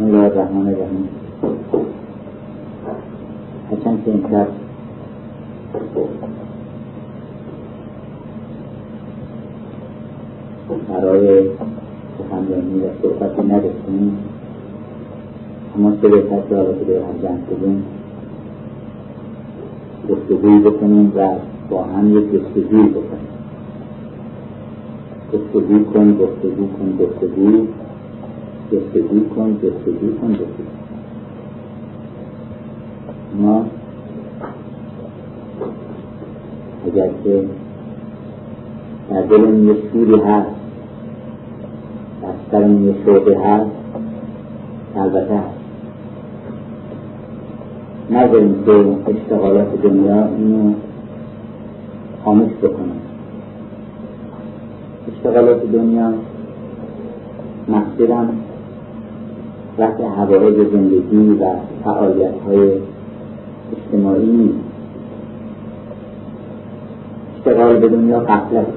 الله الرحمن الرحیم. هرچند که امشب برای سخنرانی و صحبتی نداشتیم، اما چه بهتر که حالا که به هم جمع شدیم گفتگویی بکنیم و با هم یک گفتگویی بکنیم. گفتگو کن. ما اگر که در دلم یه شوری هست، در سرم یه شوقی هست، البته هست، نذاریم که اشتغالات دنیا اینو خاموش بکنم. اشتغالات دنیا مقصدم رفع حوائج زندگی و فعالیت‌های اجتماعی نیست. اشتغال به دنیا غفلت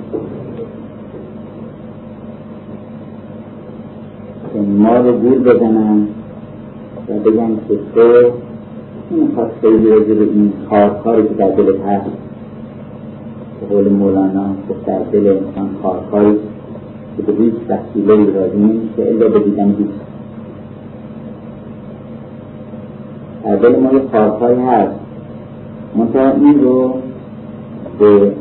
که ما رو گول بزنن و بگن که تو نمیخواد خیلی راجع به این کاری که در دلت هست، به قول مولانا در دل انسان کاری که به هیچ وسیله‌ای راضی نمیشه الا به دیدن هیچ. در دل ما یه کارهایی هست، منتها این رو به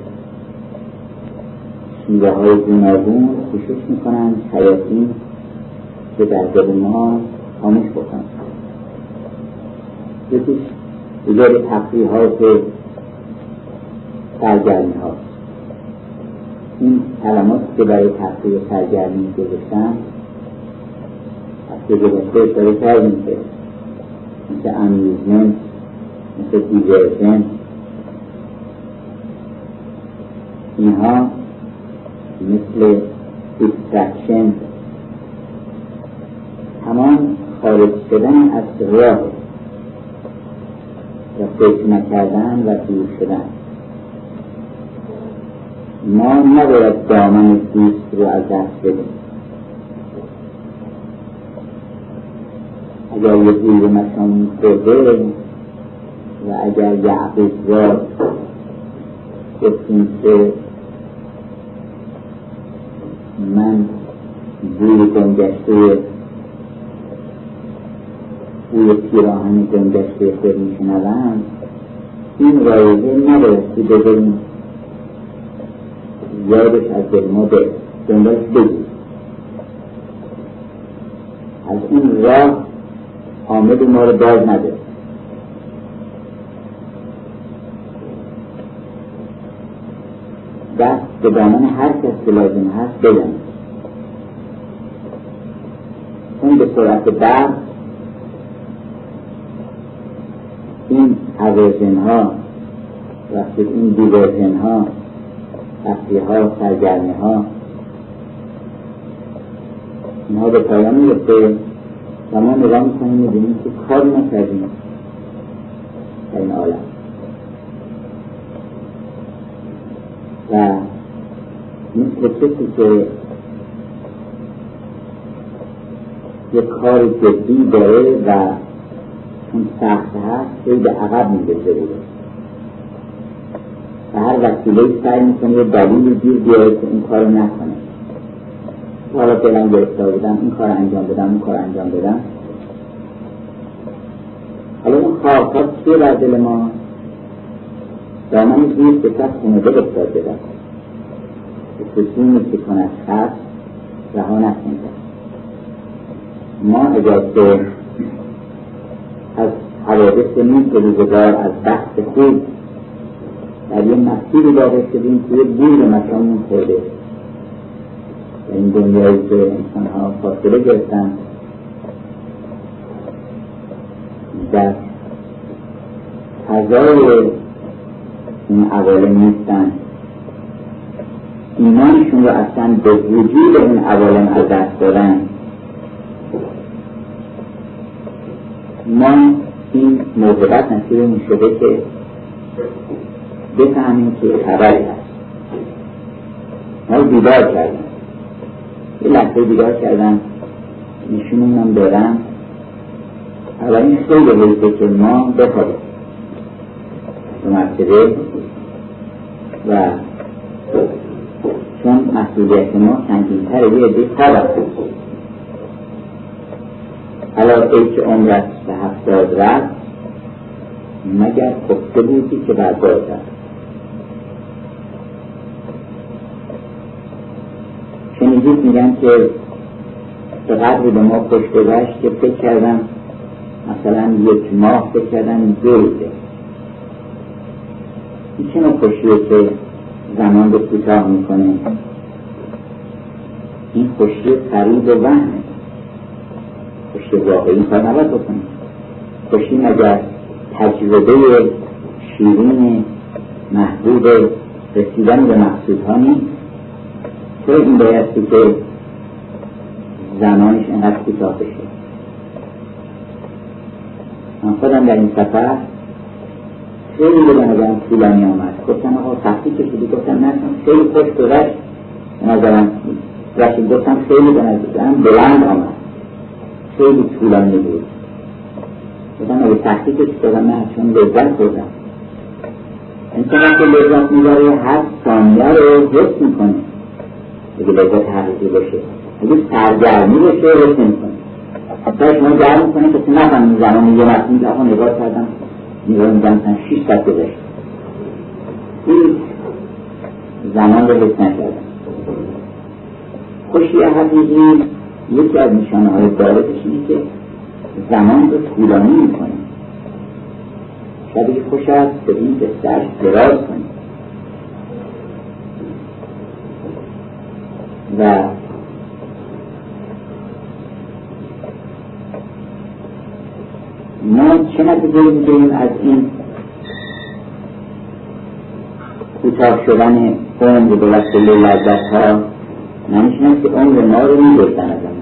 شیوه های گوناگون کوشش میکنن شیاطین که در دل ما خاموش بکنن. یکیش دیگر تفریح ها که سرگرمی ها، این کلمات که برای تفریح و سرگرمی گذاشتن از که گذاشته اشاره کردیم که مثل امیوزمنت، مثل دیورژن، اینها مثل دیسترکشن، همان خارج شدن از راه و فکر نکردن و دور شدن. ما نباید دامن دوست رو از دست بدیم. اگر یه دیو مشان کرده و اگر یعقوب را گفتیم که من بوی گنگشته بوی پیراهن گنگشته خود میشنوم، این رایزه نبایستی بذاریم یادش از دل ما به دنبالش بگیم. از این راه آمد ما رو باز نده. دست به دامن هر کس که لازم هست بزنید. اون به سرعت برق این اویژن ها و این دیورژن ها، تفریح ها، سرگرمی ها، اینها به پایان میرسه و ما نگاه میکنیم میبینیم که کار نکردیم در این عالم و مثل کسی که یک کار جدی داره و اون سخت هست که به عقب میگذره بوده و هر وسیله‌ای سعی میکنه یه دلیل گیر بیاره که این کار رو نکنه. حالا فعلا گرفتار بودم، این کار انجام بدم. حالا اون خواهد چیه بر دل ما؟ دامن گیر به کس خونده بستار بدن به خصوصی که کنش هست رها نکنده. ما اگر که از حوادث نیست روزگار از بخت خوب در یه مسیری واقع شدیم که یه بوی مکانمون خورده و این دنیایی که انسان ها فاصله گرفتن در فضای این عوالم نیستن، ایمانشون رو اصلا به وجود این عوالم از دست دادن. ما این موقعیت نصیبمون شده که بفهمیم که خبری هست. ما بیدار کردن، یه لحظه بیدار کردن، نشونمون دارن اولین خیلی حیثه که ما بخوابیم دو مرتبه و چون مسئولیت ما سنگین‌تره یه عده خواب هست. حالا ای که عمرت به 70 رفت مگر خفته بودی که برگاه کرد. شنیدید میگن که به قدری به ما خوش گذشت که فکر کردم مثلا 1 ماه فکر کردم 2 روزه. این چه نوع خوشیه که زمان رو کوتاه میکنه؟ این خوشی فریب و وهمه. خوشی واقعی کار نباید بکنه. خوشی مگر تجربه شیرین محبوب رسیدن به مقصودها نیست؟ چرا این بایستی که زمانش اینقدر کوتاه بشه؟ من خودم در این سفر خیلی به نظرم طولانی آمد. گفتم آقا سختی کشیدی؟ گفتم نه خیلی خوش گذشت. به نظرم رشید گفتم خیلی به نظرم بلند آمد، خیلی طولانی بود. گفتم اگه سختی کشید؟ گفتم نه چون لذت بردم. انسان که لذت میبره هر ثانیه رو حس میکنه. اگه لذت حقیقی باشه، اگه سرگرمی باشه حس میکنه. حتی شما گرم میکنه که نفهم زمان یه وقت میگه آقا نگاه کردم نگاه میگم 6 ساعت گذشت. این زمان رو حس نکردم. خوشی حقیقی یکی از نشانه های بارزش اینه که زمان رو طولانی میکنه. شبیه خوش است به این که سرش دراز کنه و ما چه نتیجه میگیریم از این کوتاه شدن عمر به وسیله لذت ها؟ معنیش این است که عمر ما رو می‌گذرن از آن.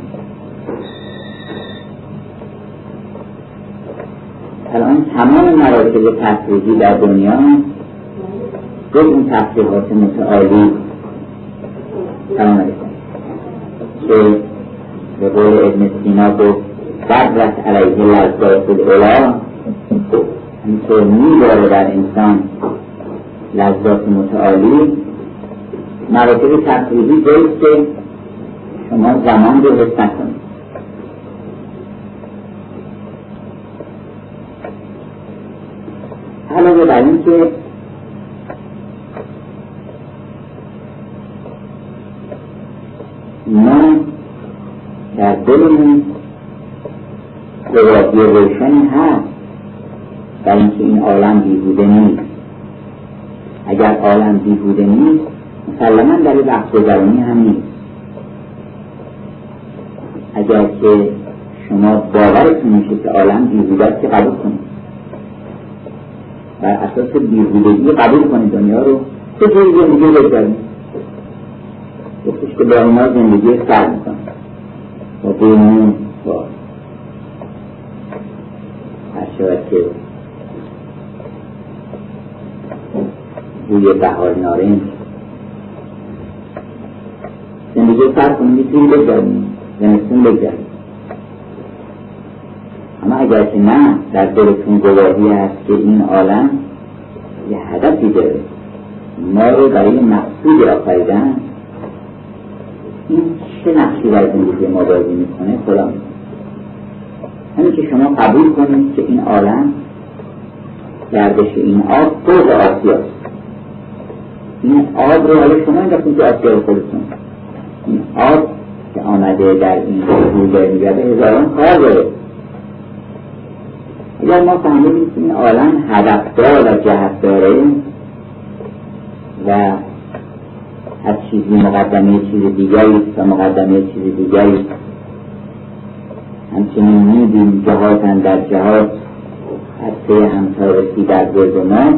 الان تمام مراکز تفریحی در دنیا جز اون تفریحات متعالی تمام رسن که به قول ابن سینا گفت قدرت علیه لذات العلا، همینطور می‌داره در انسان لذات متعالی. مراکز تفریحی جاییست که شما زمان رو حس نکنید. علاوه بر این که ما در دلمون جغرافی روشنی هست در اینکه این عالم بیهوده نیست. اگر عالم بیهوده نیست مسلماً برای وقت گذرانی هم نیست. اگر که شما باورتون میشه که عالم بیهوده است که قبول کنید، بر اساس بیهودگی قبول کنید دنیا رو، چه جوری زندگی بگذارید؟ گفتش که با اینا زندگی سر میکنید با بینون با هر شود که بوی بهار نارنج زندگی سر کنید، میتونید بگذارید، زمستون بگذارید. اما اگر که نه در دلتون گواهی هست که این عالم یه هدفی داره، ما رو برای مقصود آفریدن، این چه نقشی در زندگی ما بازی میکنه؟ خدا میکنه. همین که شما قبول کنید که این عالم گردش این آب فوق آسیاست. این آب رو حالا شما انداختید که آسیا خودتون، این آب که آمده در این روزه میگرده هزاران کار داره. اگر ما فهمیدیم که این عالم هدفدار و جهتداره و از چیزی مقدمه چیز دیگری و مقدمه چیز دیگری، همچنین میدیم جهاتن در جهات از پی همتارسی در گرد و ما.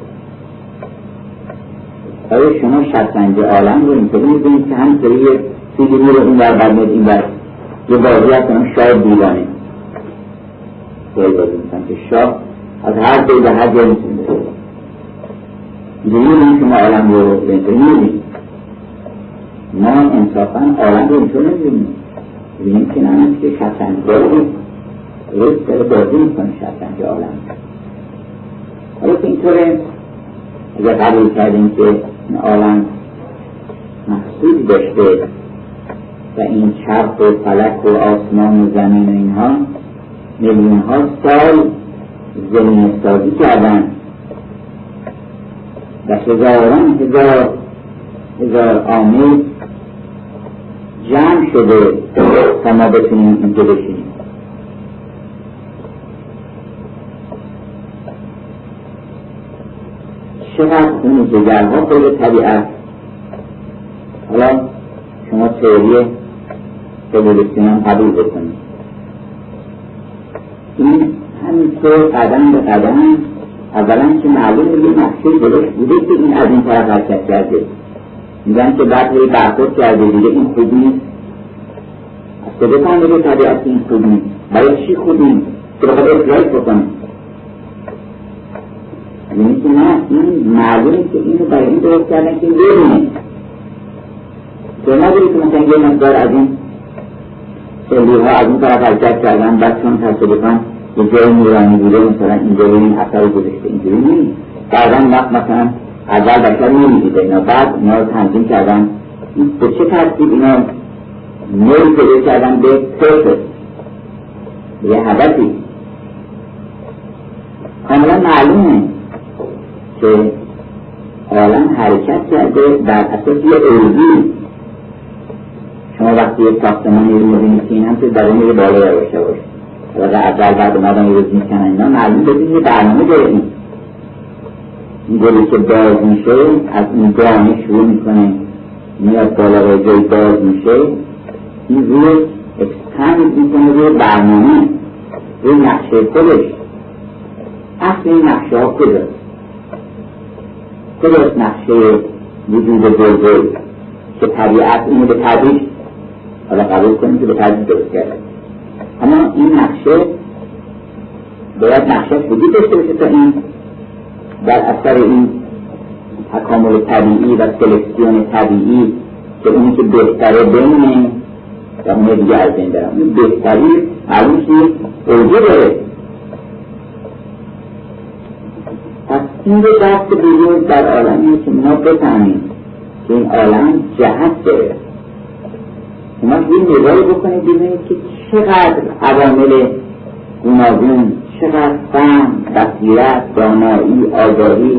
آیا شما شطرنج عالم رو اینطوری میدونید که همطوری یه فیلمی رو این بر برمید این بر یه بازی هست کنم شاه دیوانه باید بازی میکنم که شاه از هر دوی به هر جای میتونید اینجوری شما عالم رو اینطوری میدونید. ما انصافا عالم رو اینطور نمیدونیم، ببینیم که نمید که شطرنج بازی درست داره بازی میکنه شطرنج عالم. حالا که اینطوره اگر قبول کردیم که این عالم مقصود داشته و این چرخ و فلک و آسمان و زمین و اینها میلیون ها سال زمین سازی کردن و هزار عامل جمع شده تا ما بتونیم اینجا بشینیم. چقدر اون جگرها خود طبیعت. حالا شما تئوری اِوولوشن هم قبول بکنید. این همینطور قدم به قدم اولا که معلوم یه نقشه درست بوده که این از این طرف حرکت کرده. میگن که بعد هی برخورد کرده دیگه این خوب نیست. از کجا فهمیده طبیعت این خوب نیست؟ برای چی خوب نیست؟ که بخواد اصلاحش بکنه. یعنی که نه، این معلومه که اینو برای این درست کردن که این ببینه. که نداری که مثلا یه مقدار از این سلیها از این طرف حرکت کردن بعد چون تصادفاً یه جای نورانی بوده مثلا اینجا به این اثر گذاشته اینجوری نیست. بعداً وقت مثلا اول بشر نمیدیده اینا، بعد اینا رو تنظیم کردن به چه ترتیب اینا نوعی پیدا کردن به پرپس، به یه هدفی. کاملا معلومه که عالم حرکت کرده بر اساس یه الگویی. شما وقتی یک ساختمانی رو می‌بینید که این هم که درون یه بالا داشته باشه و اول بعد اومدن یه روز میکنن اینا معلوم ببینید یه برنامه داریم. این گلی که باز میشه از این دانه شروع میکنه میاد بالا راجعی باز میشه، این روی اکسپند میکنه روی برنامه، روی نقشه خودش. اصل این نقشه ها کجاست نقشه وجود بلبل که طبیعت اینو به تدریج، حالا قبول کنیم که به تدریج درست کرده، اما این نقشه باید نقشهش وجود داشته باشه تا این در اثر این تکامل طبیعی و سلکسیون طبیعی که اونی که بهتره بمونه و اون دیگه از این دارم. این بهتری معلوم که اوجه داره. پس این رو دست بزرگ در عالمیه که ما بفهمیم که این عالم جهت داره. شما این نگاهی بکنید ببینید که چقدر عوامل گوناگون، چقدر فهم، بصیرت، دانایی، آگاهی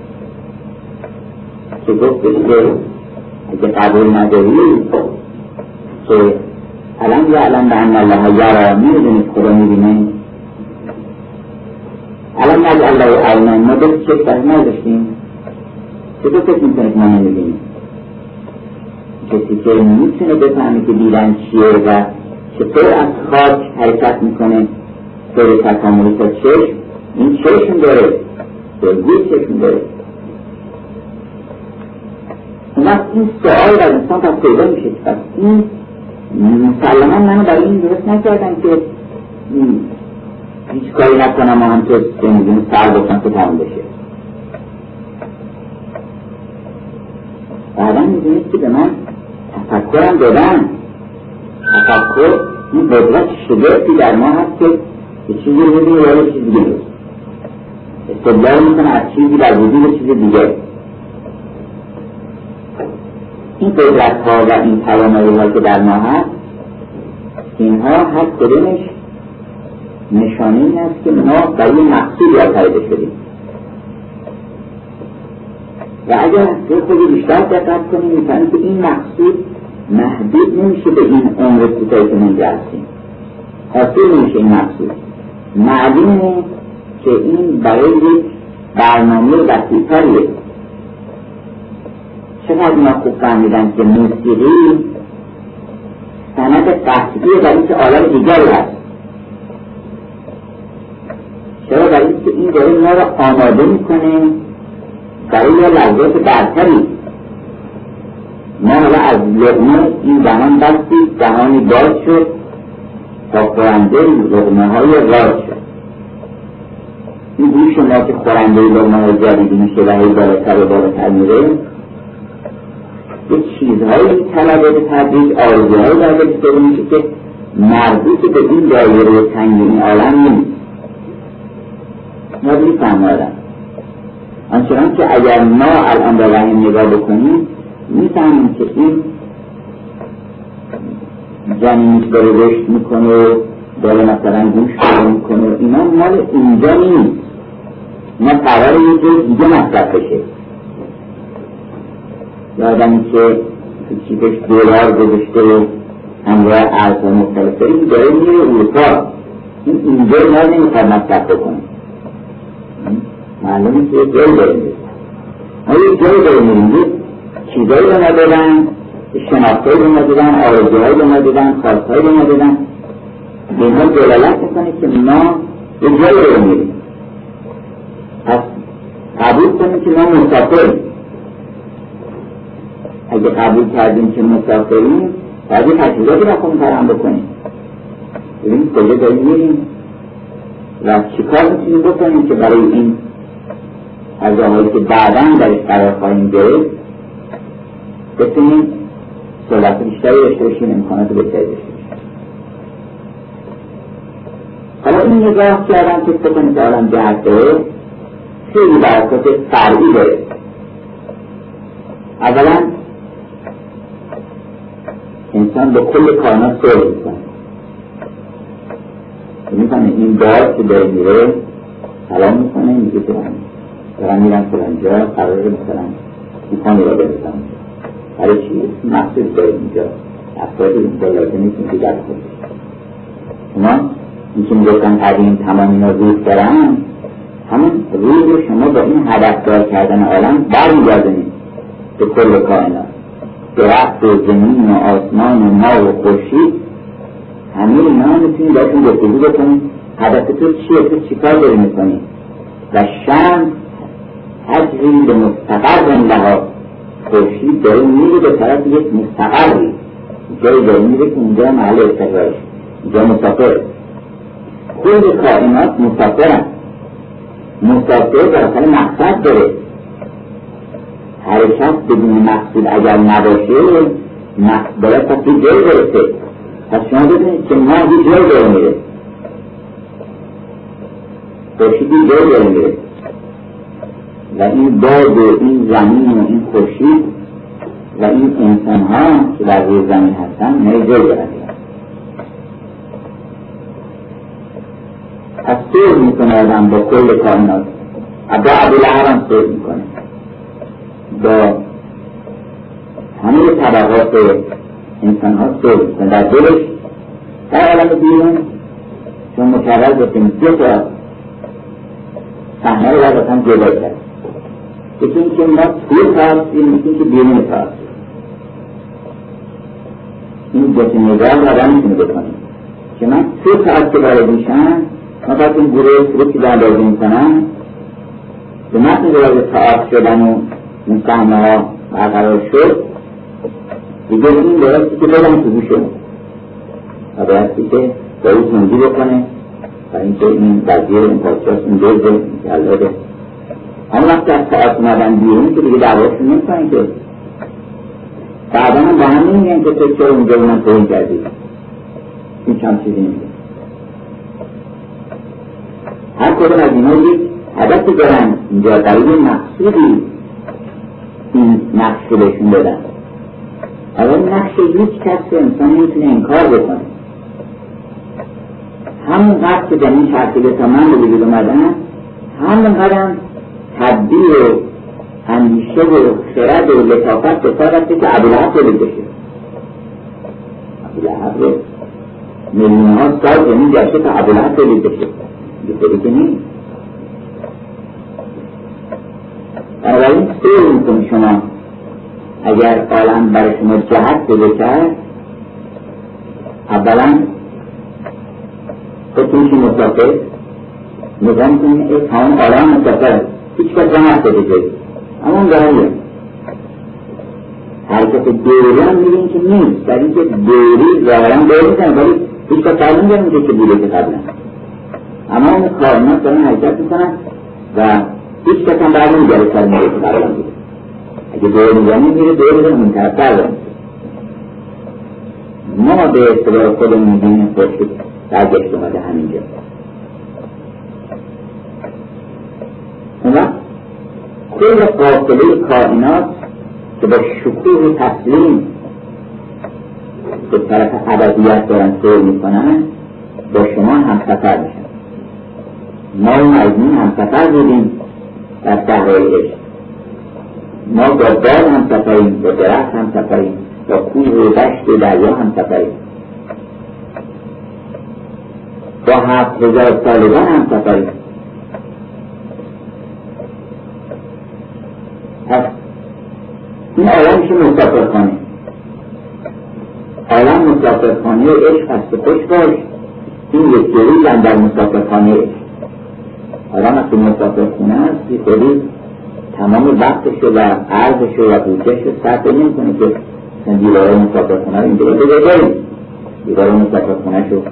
که گفتش که اگه قبول نداری که الان یعلم بأن الله یری، میدونید خدا میبینه. الان نجعل الله عینین، ما دو چشم بر نداشتیم، چطور فکر میکنید ما نمیبینیم؟ کسی که میتونه بفهمه که دیدن چیه و چطور از خاک حرکت میکنه طور تکاملی تا چشم، این چشم داره، دلگوی چشم داره. اون وقت این سؤال در انسان پس پیدا میشه. پس این مسلما منو برای این درست نکردم که هیچ کاری نکنم و همطور زندگیم سر بکنم که تمام بشه. بعدا میدونید که به من تفکرم دادن. تفکر این قدرت شگفتی در ما هست که یه چیزی رو ببینه یا یه چیزی دیگه نیست. استدلال میکنه از چیزی در وجود چیز دیگه. این قدرت ها و این توانایی ها که در ما هست، اینها هر کدومش نشانه این است که ما برای مقصودی آفریده شدیم. و اگر خود بیشتر دقت کنیم می‌فهمیم که این مقصود محدود نمیشه به این عمر کوتاهی که ما اینجا هستیم. حاصل نمیشه این مقصود. معلومه که این برای یک برنامه وسیع‌تریه. چقدر ما خوب فهمیدن که موسیقی سند قطعی برای اینکه عالم دیگری هست. چرا؟ برای اینکه این داره ما را آماده میکنه برای یه لحظات برتری. ما حالا از لقمه این دهان بستید، دهانی باز شد تا خورنده لقمه های راز شد. این گوش ما که خورنده لقمه های جدیدی میشه و هی بالاتر و بالاتر میره، یه چیزهایی طلبه به تدریج، آرزوهایی در دلش داره میشه که مربوط به این دایره تنگ این عالم نیست. ما میفهمادم آنچنان که اگر ما الان به رحم نگاه بکنیم میفهمیم که این جنینش داره رشد میکنه، داره مثلا گوش داره میکنه، اینا مال اینجا نیست. اینا قرار یه جور دیگه مصرف بشه. یادمی که چیزش دلار گذاشته و همراه ارزها مختلف داریم داره میره اروپا، این اینجا ما نمیخواد مصرف بکنه. معلومه که یه جایی داره میره، ما یه جایی داره میریم، چیزایی رو ما دادن، شناختایی رو ما دادن، آرزوهایی رو ما دادن، خواستهایی رو ما دادن. به اینها دلالت میکنه که ما یه جایی داره میریم. پس قبول کنیم که ما مسافریم. اگه قبول کردیم که مسافریم باید یه تجهیزاتی را خون فرهم بکنیم، ببینیم کجا داریم میریم و چیکار میتونیم بکنیم که برای این فضاهایی که بعداً درش قرار خواهیم گرفت بتونیم سرعت بیشتری داشته باشیم، امکانات بهتری داشته باشیم. حالا این نگاه کردم که بکنیم که عالم جهت داره خیلی برکات فرعی داره. اولا انسان به کل کائنات صلح میکنه، میفهمه این بار که داره میره سلام میکنه، میگه که دارم میرم فلانجا قراره مثلا میکنی را برسم. برای چی؟ مقصود داره اینجا افراد اینجا لازمه که اینجا در خودش شما این که میگفتن قدیم تمام اینا روح دارن، همون روح رو شما با این هدف دار کردن عالم برمیگردونید به کل کائنات. درخت و زمین و آسمان و ما و خورشید، همه اینا میتونید باشون گفتگو بکنید هدف تو چیه، تو چیکار داری میکنی. و شمس تجری به مستقر لها، خورشید داره میره به طرف یک مستقری، جایی داره میره که اونجا محل استقرارش، اونجا مسافر. کل کائنات مسافرن، مسافر داخل مقصد داره. حرکت بدون مقصود اگر نباشه باید پس یه جایی برسه. پس شما بدونید که ما یه جایی داره میره، خورشید یه جایی داره میره و این باد و این زمین و این خورشید و این انسان ها که در روی زمین هستن نه جایی دارن. پس صلح میکنه آدم با کل کائنات. ابا ابوالهب هم صلح میکنه با همه طبقات انسان ها صلح میکنه در دلش. در عالم بیرون چون مکرر بکنیم دو تا صحنه رو باید اصلا جدا کرد. یکی این که ما توی تاثیر، یکی این که بیرون تاثیر. این دو تا نگاه رو آدم میتونه بکنیم که من توی تاثیر وارد میشم، ما باید این گروه رو که بردازی میکنم به متن وارد تاثیر شدن و این صحنه ها برقرار شد، دیگه این درستی که بدم تو گوشه و درستی که با او زندگی بکنه و اینکه این وزیر این پادشاست این دوزه این جلاده. همون وقت از تاعت اومدن بیرون که دیگه دعواشون نمیکنن که بعدا هم با هم نمیگن که تو چرا اونجا اونم توهین کردی، این چند چیزی نمیگه. هر کدوم از اینا یک هدفی دارن اینجا برای مقصودی این نقش رو بهشون بدن. اما این نقش هیچ کس انسان نمیتونه انکار بکنه. همون قدر که در این شرطیله تا من به وجود اومدن، همون قدر تبدیل و اندیشه و خرد و لطافت به کار رفته که ابوالهب تولید بشه. ابوالهب رو میلیون‌ها سال زمین گشته تا ابوالهب تولید بشه، دیگه که نیست. بنابراین صلح میکنی شما اگر عالم برای شما جهت پیدا کرد، اولا خودتون که مسافر نگاه میکنید ای تمام عالم مسافر هست، هیچ کس جمعت پیدا کرد، اما اون داریم حرکت دوری هم میبینید که نیست، در این که دوری ظاهرا دوری کنید ولی هیچ کس تعلیم داریم که بوده که قبلا، اما اون کائنات دارن حرکت میکنن و هیچ کس هم بعد نمیگره سر میگه که قبلا بوده. اگه دور میزنی میره دور میزنی منطقه بردارم ما به اعتبار خودمون میگیم خورشید برگشت اومده همینجا. اون وقت کل فاصله کائنات که با شکوه تسلیم به طرف ابدیت دارن سیر میکنن با شما همسفر میشن. ما و مجنون همسفر بودیم در صحرای عشق. ما با باد همسفریم، با درخت همسفریم، با کوه و دشت و دریا همسفریم، با 7000 سالگان همسفریم. پس این عالم میشه مسافرخانه. عالم مسافرخانه عشق هست. خوش باش این یک روز در مسافرخانه عشق. آدم وقتی مسافرخانه است که خودی تمام وقتش و عرضش و بودجهش رو صرف نمی‌کنه که دیوار مسافرخانه رو اینجا بگذاریم، دیوار مسافرخانه رو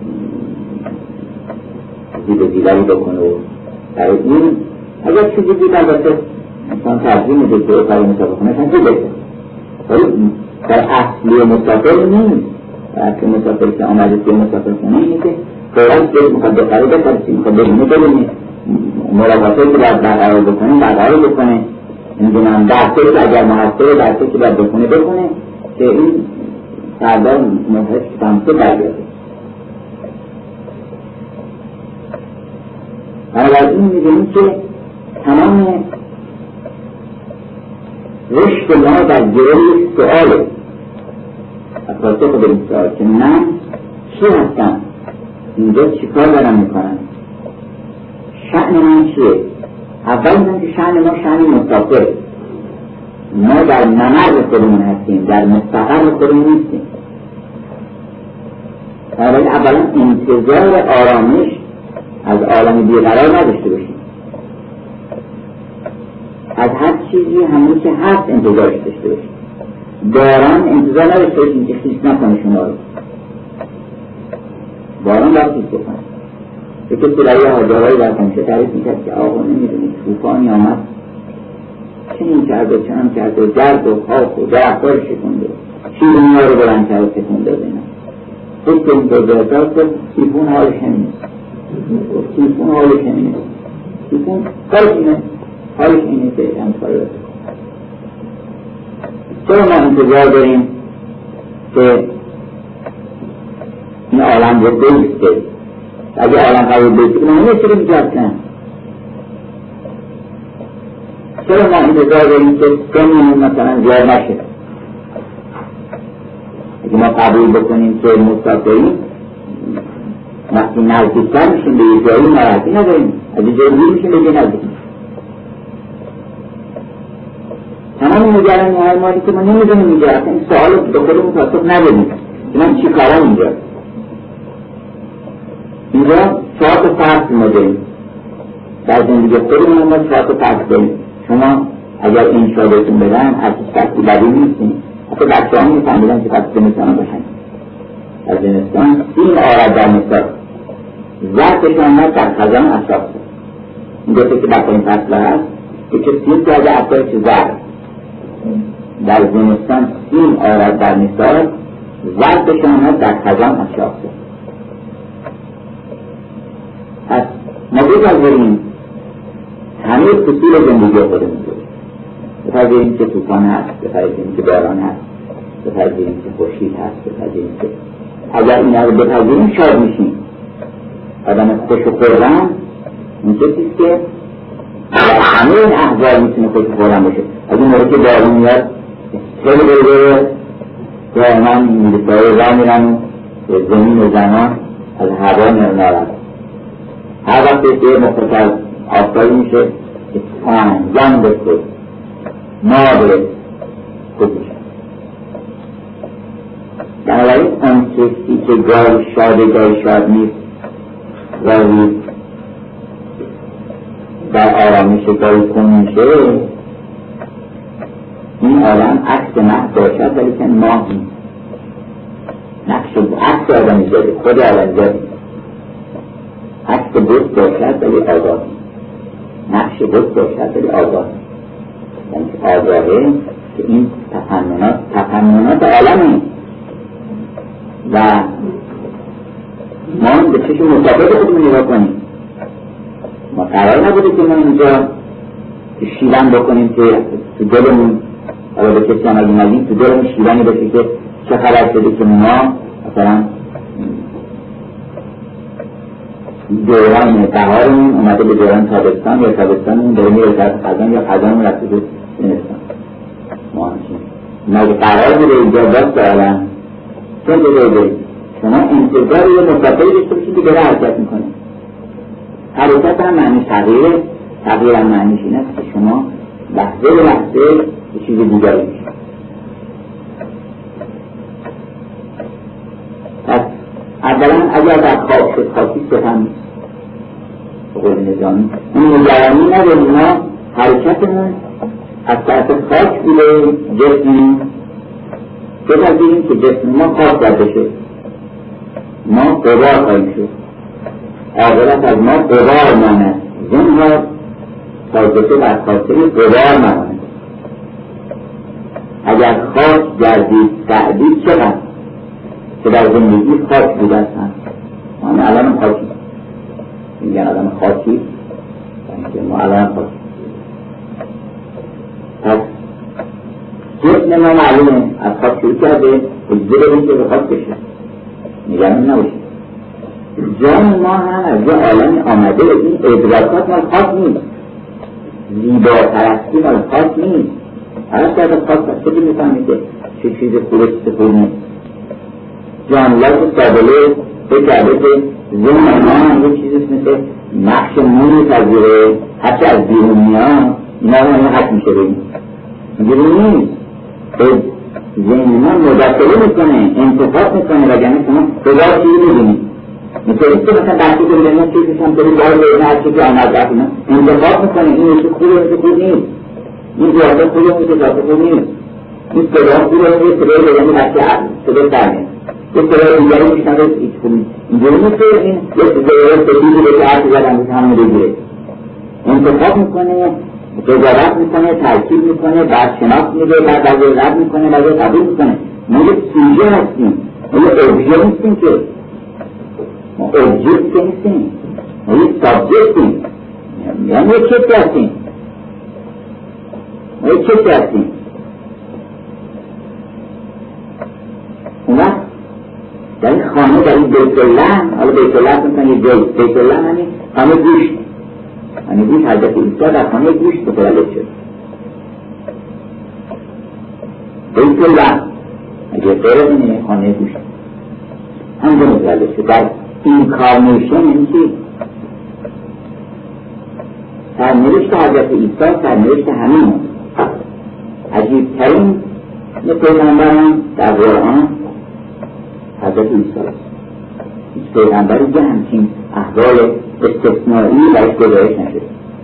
زیب زیبایی بکنه و برای این اگر چیزی دید البته انسان ترجیح میده که برای مسافرخانه هم بگذاره، ولی در اصلی مسافر نیست. اصلی مسافر که آمده توی مسافرخانه اینه که فوراً که میخواد بخره بخره، میخواد ببینه مراقباتی که باید برقرار بکنه برقرار بکنه، نمیدونم درسه که اگر محصول درسه که باید بکنه که این فردا منحص که تمسه برگرده. بنابراین می‌بینیم که تمام رشد ما در گروه سؤاله پاسخ به این سؤال که من چی هستم، اینجا چی کار دارم میکنم، شأن من چیه. اول میگم که شأن ما شأن مسافر، ما در ممر خودمون هستیم، در مستقر خودمون نیستیم. اولا انتظار آرامش از عالم بیقرار نداشته باشیم، از هر چیزی همون که هست انتظارش داشته باشیم. باران انتظار نداشته باشیم که خیس نکنه شما رو. باران باید خیس بکنه. به کسی برای حاجارهایی در کنشه تعریف میکرد که آقا نمیدونید طوفانی آمد چنین کرد و چنان کرد و گرد و خاک و درختار شکنده، چی دنیا رو بلند کرد و شکنده بینم. خود که این بزرگتر که تیفون حالش همینه، تیفون حالش همینه، تیفون حالش اینه که همسال رسید. چرا ما انتظار داریم که این عالم رو بیسته؟ اگه عالم قرار بیسته که من نمیشه رو میجرد کنم. چرا ما انتظار داریم که سنمون مثلا زیاد نشه؟ اگه ما قبول بکنیم که مسافرین وقتی نزدیکتر میشیم به یه جایی ناراحتی نداریم، از یه جایی میشیم به یه نزدیک. تمام نگرانی های مالی که ما نمیدونیم اینجا اصلا این سوال به خودمون پاسخ نداریم که من چی کارم اینجا 4 فرض ما داریم در زندگی خودمون. ما 4 فرض داریم. شما اگر این شادتون بدن از فصلی بدی نیستیم. حتی بچه ها میفهمیدن که فصل زمستان باشن. از زمستان 3 آرد در مثال ظرفش آمد در خزان اشراف شد. این دوسته که بطرین فصل هست که 30 درجه افزایش ظرف در زمستان 3 آرد در مثال ظرفش آمد در خزان اشراف شد. پس ما بپذیریم همه فصول زندگی خودمون رو، بپذیریم که طوفان هست، بپذیریم که باران هست، بپذیریم که خورشید هست، بپذیریم که اگر اینا رو بپذیریم شاد میشیم. آدم خوش و خورم این چیزیست که در همه این احوال میتونه خوش و خورم باشه. از این موقع که بارون میاد خیلی بره دائما میرسای را میرن و زمین و زمان از هوا نرد. هر وقتی که مختصر آفتایی میشه زن بسید مادر خود میشه. بنابراین اون کسی که گاهی شاده گاهی شاد نیست، گاهی در آرامش گاهی کن میشه، این عالم عکس ماه باشد ولی که ماه نیست. نقش عکس آدمی داره، خود آدمی داره. عکس بود باشد ولی آگاه، نقش بود باشد ولی آگاه، یعنی آگاهه که این تفننات عالمه. و ما به چشم مطابق خودمون نگاه کنیم. ما قرار نبوده که ما اینجا شیون بکنیم که تو دلمون حالا به کسی هم اگه نگیم تو دلمون شیونی باشه که چه خبر شده که ما مثلا دوران بهارمون اومده به دوران تابستان یا تابستانمون داره میره طرف خزان یا خزانمون رفته به زمستان. ما همچین مگه قرار بوده اینجا باز دارن چون بوده شما انتظار یه مسافری داشته باشید که داره حرکت میکنه. حرکت هم معنی تغییر هم معنیش این است که شما لحظه به لحظه به چیز دیگری میشه. پس اولا اگر در خواب شد خاکی ستم به قول نظامی این نگرانی نداریم. ما حرکتمون از طرف خاک بوده جسم بپذیریم که جسم ما خاک در بشه ما قبار خواهیم شد. عاقبت از ما قبار ماند زنها تازه بر خاطر قبار ماند. اگر خاک گردید سعدید چقدر که در زندگی خاک بوده هستن. ما الان خاکی میگن آدم خاکی ما الان خاکی. پس جسم ما معلومه از خاک شروع کرده اجزه بدیم که به خاک بشه نگران نباشید. جان ما هم از یه عالم آمده. این ادراکات مال خاک نیست. زیبا پرستی مال خاک نیست. پرستی از خاک پس که میفهمید که چه چیز خوبه چه خوب نیست. جانلات سابله بکرده که ذهن ما هم یه چیزیست مثل نقش موری پذیره هرچی از بیرون میاد اینا رو همه حق میشه بگیم بیرون نیست. ذهن ما مداخله میکنه انتخاب میکنه وگرنه شما خدا چیزی میبینید مثل اینکه مثلا بحثی که بگیم چیزیش هم داریم باید بگیم هر چیزی آمد رفت اینا انتخاب میکنه این مثل خوبه مثل خوب نیست. این زیاده خوبه مثل زیاده خوب نیست. این صدا خوبه مثل صدا بگیم بچه صدا سرمه یه صدا دیگری میشنده هیچ خوبی اینجوری نیست که این یه صدا سفیدی به که حرفی زدن بشه همون بگیره. انتخاب میکنه قضاوت میکنه ترکیب میکنه بعد شناخت میده بعد بعضی رد میکنه بعضی قبول میکنه. ما یه سوژه هستیم ما یه اوبژه نیستیم که ما اوبژکت که نیستیم ما یه سابجکتیم یعنی یه چیزی هستیم ما یه چیزی هستیم. اون وقت در این خانه در این بیت الله حالا بیت الله میکنه یه جای بیت الله همین خانه گوشت یعنی گوش حضرت عیسی در خانه گوشت متولد شد. بیت الله اگه غیر اینه خانه گوشت همونجا متولد شد. در اینکارنیشن یعنی چی؟ سرنوشت حضرت عیسی سرنوشت همین عجیبترین پیغمبران در قرآن حضرت عیسی است. هیچ پیغمبری که همچین احوال استثنایی برش گزارش نشده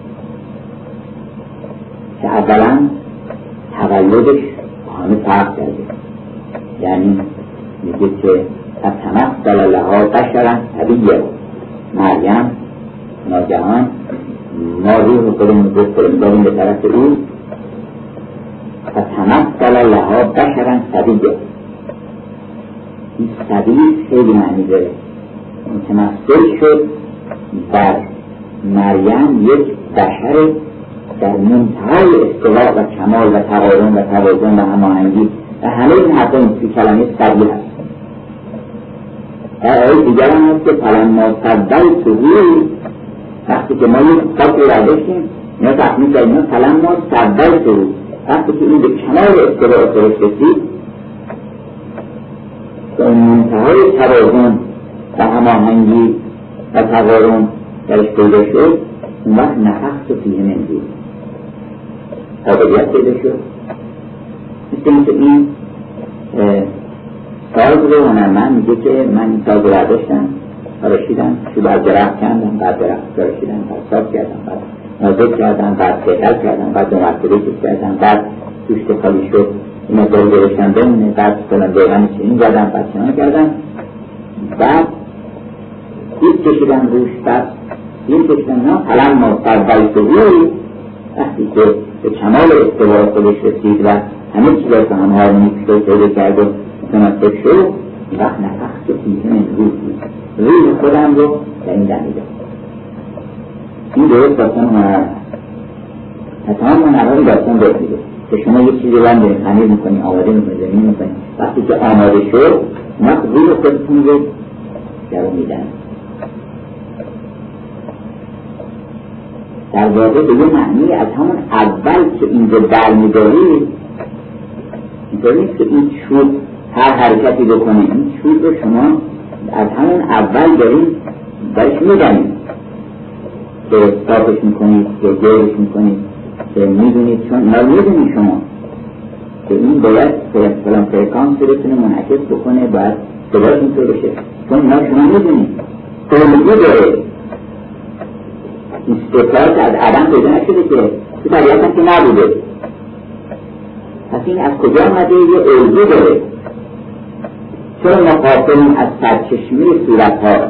که اولا تولدش همه فرق کرده. یعنی میگه که از تمثل لها بشرا طبیعا مریم ناگهان ما روح خودمون رو فرستادیم به طرف او از تمثل لها بشرا طبیعا. این طبیع خیلی معنی داره. متمثل شد بر مریم یک بشر در منتهای استواء و کمال و توازن و توازن و هماهنگی و همه این حرفا این کلمه طبیع هست. آیه دیگر هم هست که فلما صدیته وقتی که ما یک خاک رو داشتیم اینا تخمین کردیم فلما صدیته وقتی که این به کمال استواء خودش رسید به منتهای توازن و هماهنگی و تقارن درش پیدا شد اون وقت نفخت فیه من روحی قابلیت پیدا شد. مثل اینکه این ساز رو هنرمند میگه که من این ساز رو برداشتم تراشیدم شو بر درخت کندم بعد درخت تراشیدم بعد ساز کردم بعد نازک کردم بعد سهل کردم بعد دو مرتبه کردم بعد توشت خالی شد این مقدار گرشتن بمونه بعد کنم بیغنی چنین زدم بعد چنان کردم بعد دید کشیدم روش بعد دید کشیدم نه حالا ما فربایت روی وقتی که به کمال استوار خودش رسید و همه چیز از هم هارمونیک شد پیدا کرد و متناسب شد وقت نفخت فیه من روح خودم رو در این دمیدم. این درست داستان هنر تمام هنرها رو داستان بسیده که شما یک چیزی رو هم دارید خمیر میکنید، آماده میکنید، زمین میکنید، وقتی که آماده شد وقت روح خودتون رو در اون میدن. در واقع به یه معنی از همون اول که اینجا برمیدارید اینطور نیست که این چوب هر حرکتی بکنه، این چوب رو شما از همون اول دارید برش میدنید که صافش میکنید، که گرش میکنید، که میدونید، چون اینا میدونید شما که این باید فلان فرکانس رو بتونه منعکس بکنه، باید صداش اینطور بشه، چون اینا شما میدونید فرمولی داره. این استفاده از عدم پیدا نشده که تو طبیعت هم که نبوده. پس این از کجا آمده؟ یه الگو داره. چرا ما غافلیم از سرچشمه صورتها؟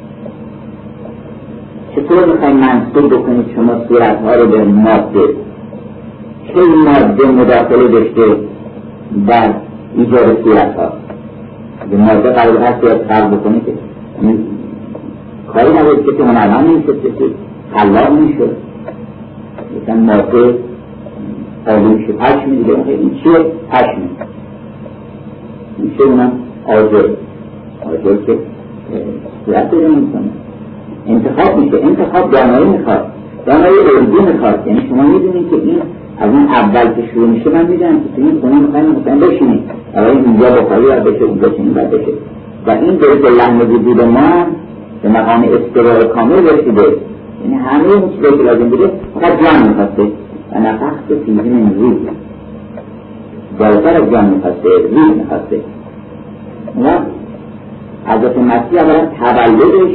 چطور میخوایم منصوب بکنید شما صورتها رو به ماده؟ چه ماده مداخله داشته در ایجاد صورتها؟ به ماده قرار هست باید فرق بکنید که کاری نبود که هنرمند نمیشد که خلاق میشد، مثلا ماده قالی میشه پشم دیگه، این چیه؟ پشم این چه اونم آجر که صورت رو نمیکنه، انتخاب میشه. انتخاب دانایی میخواد، دانایی ارزی میخواد. یعنی شما میدونید که این از اون اول که شروع میشه من میدونم که تو این خونه میخوایم بشینید، برای اینجا بخاری باید بشه، اونجا چنین باید بشه، و این درست لحن وجود ما به مقام استقرار کامل رسیده. یعنی همه اون چیزایی که لازم بوده فقط جان میخواسته و نفخت فیه من روح، بالاتر از جان میخواسته، روح میخواسته. و حضرت مسیح اولا تولدش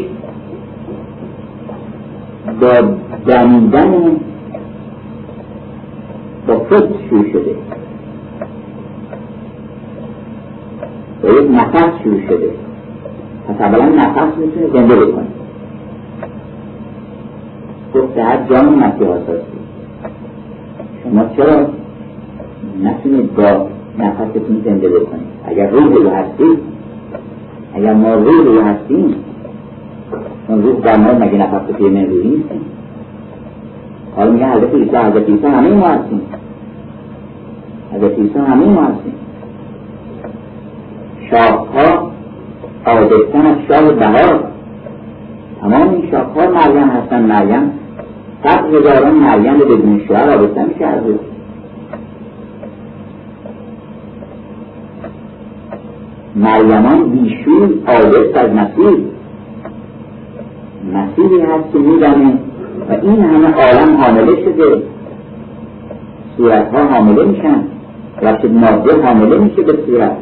با دمیدن با فت شروع شده، با یک نفس شروع شده. پس اولا نفس میتونه زنده بکنه. گفته هر جان مسیح آساسی شما چرا نتونید با نفستون زنده بکنید؟ اگر روح رو هستید، اگر ما روح رو هستیم، چون روح در ما مگه نفس فیه من روحی نیستیم؟ حالا میگه حضرت عیسی همه ما هستیم، حضرت عیسی همه ما هستیم. شاخها آبستن از شاه بهار، تمام این شاخها مریم هستن. مریم 100,000 مریم رو بدون شوهر آبستن میشه از روح. مریمان بیشور آبست از مسیحی هست که میدنه و این همه عالم حامله شده، صورتها حامله میشن، وقتی ماده حامله میشه به صورت.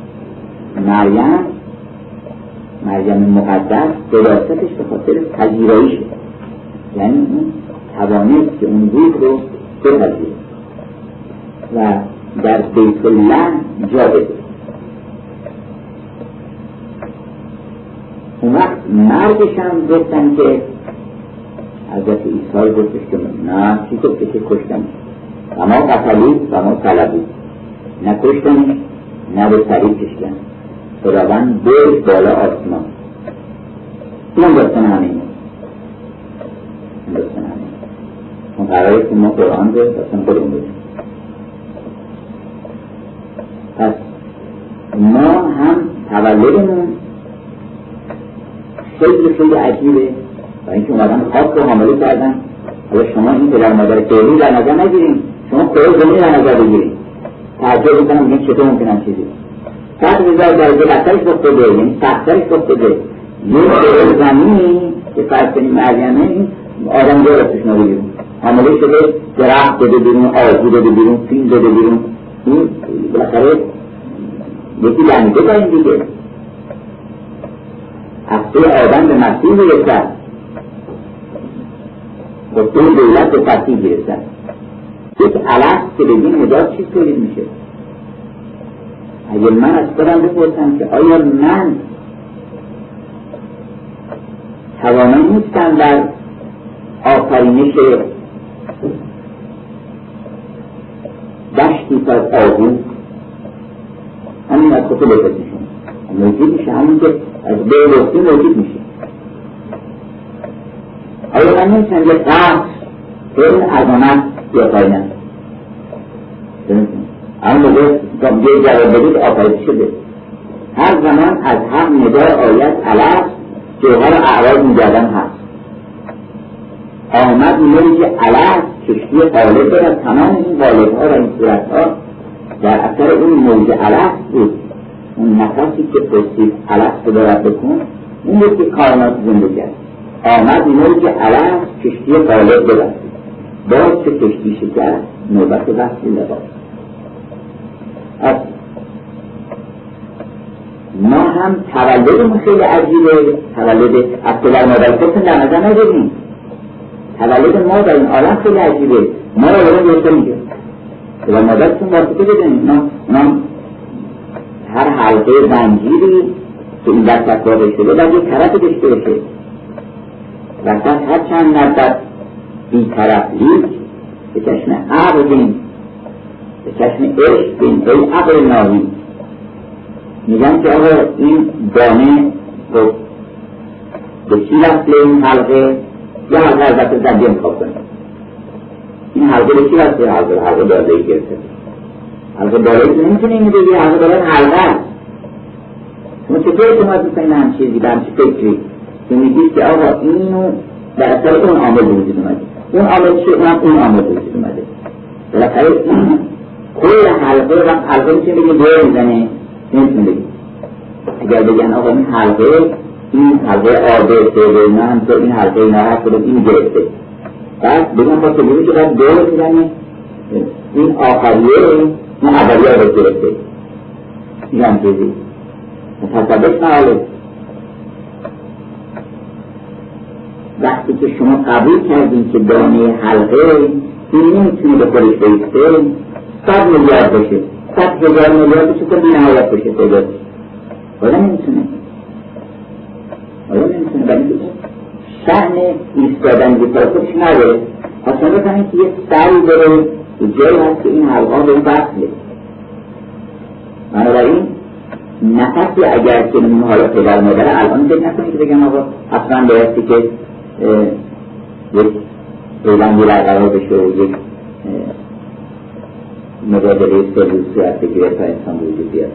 مریم مقدس دراستش به خاطر پذیراییشه، یعنی اون توانست که اون روح رو بپذیره و در بیت الله جا بده. اون وقت مرگش هم گفتن که حضرت عیسی گفتش که نه، چی گفته که کشتنش و ما قتلید و ما طلبید، نه کشتنش نه به صلیب کشیدن، خداوند برد بالا آسمان. این داستان همینه، اون قراره که ما قرآن رو داستان خودمون بودیم. پس ما هم تولدمون خیلی خیلی عجیبه و اینکه اومدن خاک رو حامله کردن. حالا شما این پدر مادر فعلی در نظر نگیرین، شما کره زمین در نظر بگیرین، تعجب میکنم میگن چطور ممکنه چیزی 100,000 درجه بدترش گفتده، یعنی سخترش گفتده. یه کره زمینی که فرض کنیم مریمه، این آدم داره توش نبیرون حامله شده، درخت داده بیرون، آجی داده بیرون، فیل داده بیرون، این بالاخره یکی دمیده تا این دیگه هفته آدم به مسیح برسد، خطه دولت به فتیح برسد. یک علف که بگیم مجاز چیز تولید میشه. اگر من از خودم بپرسم که آیا من توانایی نیستم در آفرینش دشتی تا آهو، همین از خود بپرسیشون موجود میشه، همون که از بین وقتی موجود میشه. آیا من نمیشن یه قصد به این عظمت یا قاینت اما موقع یه جواب بدید آفریده شده. هر زمان از هم نگاه آیت علف جوهر اعراض میگردن هست. آمد میگه که علف کشتی قالب داره از تمام این قالب‌ها و این صورت‌ها در اثر اون موج علف بود. اون نفسی که پرسید علف رو دارد بکن اون بود که کائنات زنده کرد. آمد میگه که علف کشتی قالب داره باز که کشتی شکست نوبت وقتی لباس. ما هم تولدمون خیلی عجیبه. تولد از پدر مادر خودتون در نظر نگیریم. تولد ما در این عالم خیلی عجیبه. ما را برای دوسته میگه پدر مادرتون واسطه بدونیم. ما هر حلقه زنجیری که این وسط واقع شده باید یک طرف داشته باشه. وسط هر چند نظر این طرف لیک به چشم عقل بین، به چشم عشق بین، ای عقل ناوی. میگن که آقا این دانه رو به چی وصله این حلقه؟ یا حلقه البته زنده انتخاب کنه. این حلقه به چی وصله؟ حلقه دارایی گرفته. حلقه دارایی که نمیتونه اینو بگیره، حلقه دارایی حلقه هست. شما چطور اعتماد میکنید هم چیزی به همچه فکری که میگید که آقا اینو در اثر اون عامل وجود اومده، اون عامل چه؟ اون عامل وجود اومده. بالاخره کل حلقه و حلقه میشه بگید دور میزنه نمیتونه بگید. اگر بگن آقا این حلقه آبه سیده اینا هم تو این حلقه اینا هست رو این گرفته، بعد بگن با سبیلی که باید دور میزنه این آخریه این اولیه رو گرفته. این هم چیزی متصدق نهاله. وقتی که شما قبول کردین که دانه حلقه این نمیتونه به خودش بیسته 100 میلیارد باشه، 100,000 میلیارد بشه که بی نهایت باشه تعداد حالا نمیتونه برای که شأن ایستادن بیتر خودش نداره. اصلا بکنید که یه سری داره جایی هست که این حلقه به این بحثه. بنابراین نفسی اگر که این حالا پدر مادره الان فکر نکنید که بگم آقا اصلا بایستی که یک پیوندی برقرار بشه و یک مبادله سلول صورت بگیره تا انسان وجود بیاد.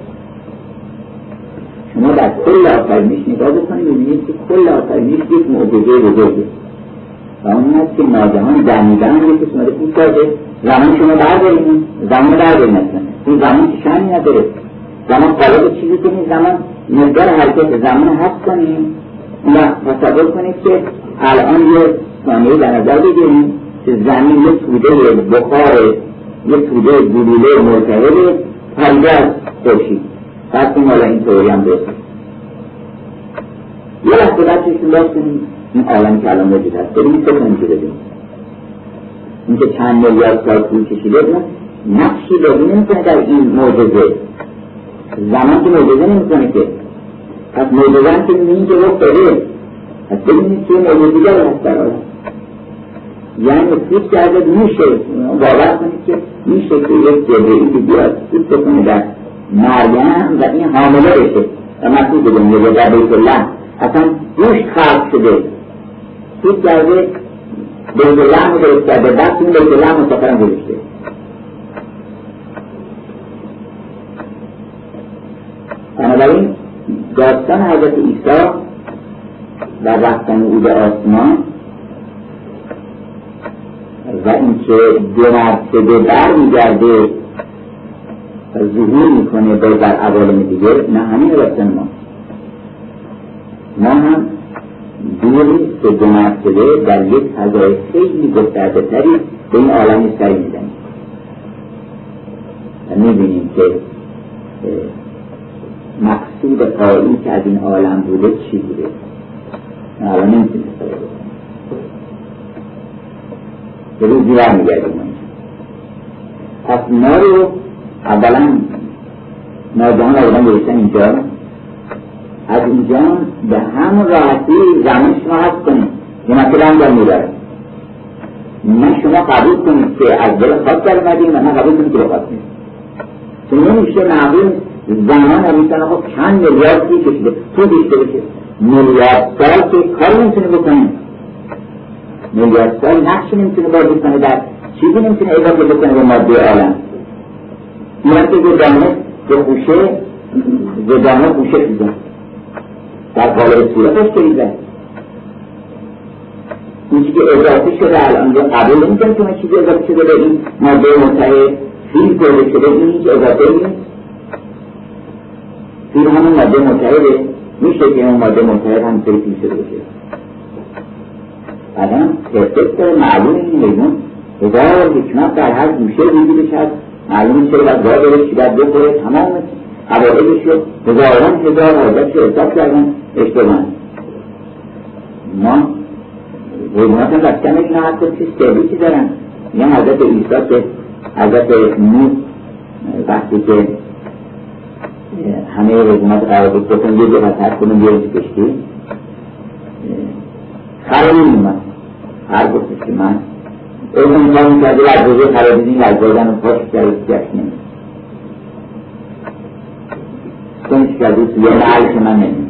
شما در کل آفرینش نگاه بکنید ببینید که کل آفرینش یک معجزه بزرگه و اون هست که ناگهان دمیدن یک قسمت خوب سازه. زمان شما برداریم، زمان برداریم اصلا این زمان که شانی نداره. زمان قالب چیزی که این زمان مقدار حرکت زمان حفظ کنیم و تصور کنید که الان یه ثانیه در نظر بگیریم که زمین یه توده بخار یه توده گلوله مرتبط پریده از خورشید. بعد که مالا این طوری هم درست یه لحظه بعد چیزی باز کنیم این عالم که الان موجود هست بریم سه کنیم که بدیم این که چند میلیارد سال طول کشیده بود نقشی بازی نمیکنه در این معجزه. زمان که معجزه نمیکنه که پس معجزه هم که میبینیم که رخ داره. پس ببینید که معجزه داره هست در عالم. یعنی فکر کرده میشه باور کنید که میشه که یک جبرئیل که بیاد فکر کنه در مریم و این حامله بشه و مسیح بدون یه در بیت الله اصلا گوشت خلق شده فکر کرده بیت الله رو درست کرده بعد این بیت الله مسافرم گذاشته. بنابراین داستان حضرت عیسی و رفتن او به آسمان و اینکه دو مرتبه برمیگرده ظهور میکنه باز در عوالم دیگه نه همین رفتن ما هم دوری که دو مرتبه در یک فضای خیلی گسترده تری به این عالم سری میزنیم و میبینیم که مقصود قایی که از این عالم بوده چی بوده. الان نمیتونیم سوال بکنیم به روزی برمیگردیم. پس ما رو اولا ناگهان آدم گذاشتن اینجا، از اینجا به همون راحتی زمان شما حفظ کنید یه مسئله هم در میداره نه شما قبول کنید که از دل خاک در اومدیم و نه قبول کنید که بخواستیم چون نمیشه معقول زمان نمیتونه خب چند میلیارد سال کشیده تو بیشتر بشه میلیارد سال که کاری نمیتونه بکنه، میلیارد سال نقشی نمیتونه بازی کنه، در چیزی نمیتونه اضافه بکنه به ماده عالم. میاد که زدانه به خوشه زدانه خوشه شده در قالب صورتش کریده این چیزی اضافه شده الان رو قبول نمیکنه که من چیزی اضافه شده به این ماده متحد فیل کرده شده این هیچ اضافه نیست. فیل همون ماده متحده میشه که اون ماده متحد هم سری فیل شده باشه. بعدم ترتیب داره معلوم این حیوان هزار حکمت در هر گوشه وجودش هست، معلوم چرا باید گاه داره چی باید بخوره تمام قواعدش رو هزار حاجت رو حساب کردن اشتباه. ما حیوانات هم بسکن اینا حتی چیز سرویسی دارن. میگن حضرت عیسی که حضرت نوح وقتی که همه حیوانات قرار بود بکن یه جهت هر کنون یه روزی کشتی خرمی اومد هر گفتش که من اون کار میکرده و از روزه خرابیدین لجبادن و پاش کرد گشت نمید کنش کرده توی محل که من نمید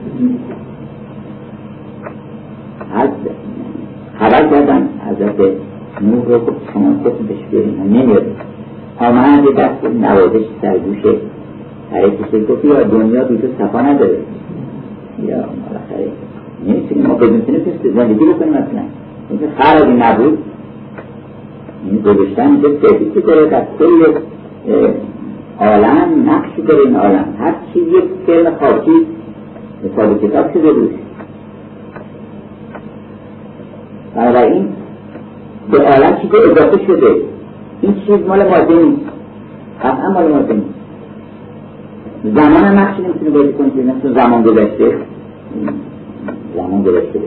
خبر کردن حضرت نوح رو خود شما خود بشبیرین هم نمیاده آمده دست نوازش سرگوشه حرکشه گفتی یا دنیا دوتا صفا نداره یا مالخره نمیتونیم ما بدونتونیم که زندگی بکنیم اصلا اینکه خرابی نبود این گذاشتن اینجا سرویسی داره در کل عالم نقشی داره این عالم هر چیز یک فرم خاکی حساب کتاب شده روش. بنابراین به عالم چیز اضافه شده این چیز مال ماده نیست قطعا مال ماده نیست. زمان هم نقشی نمیتونه بازی کنه که مثل زمان گذشته بشه.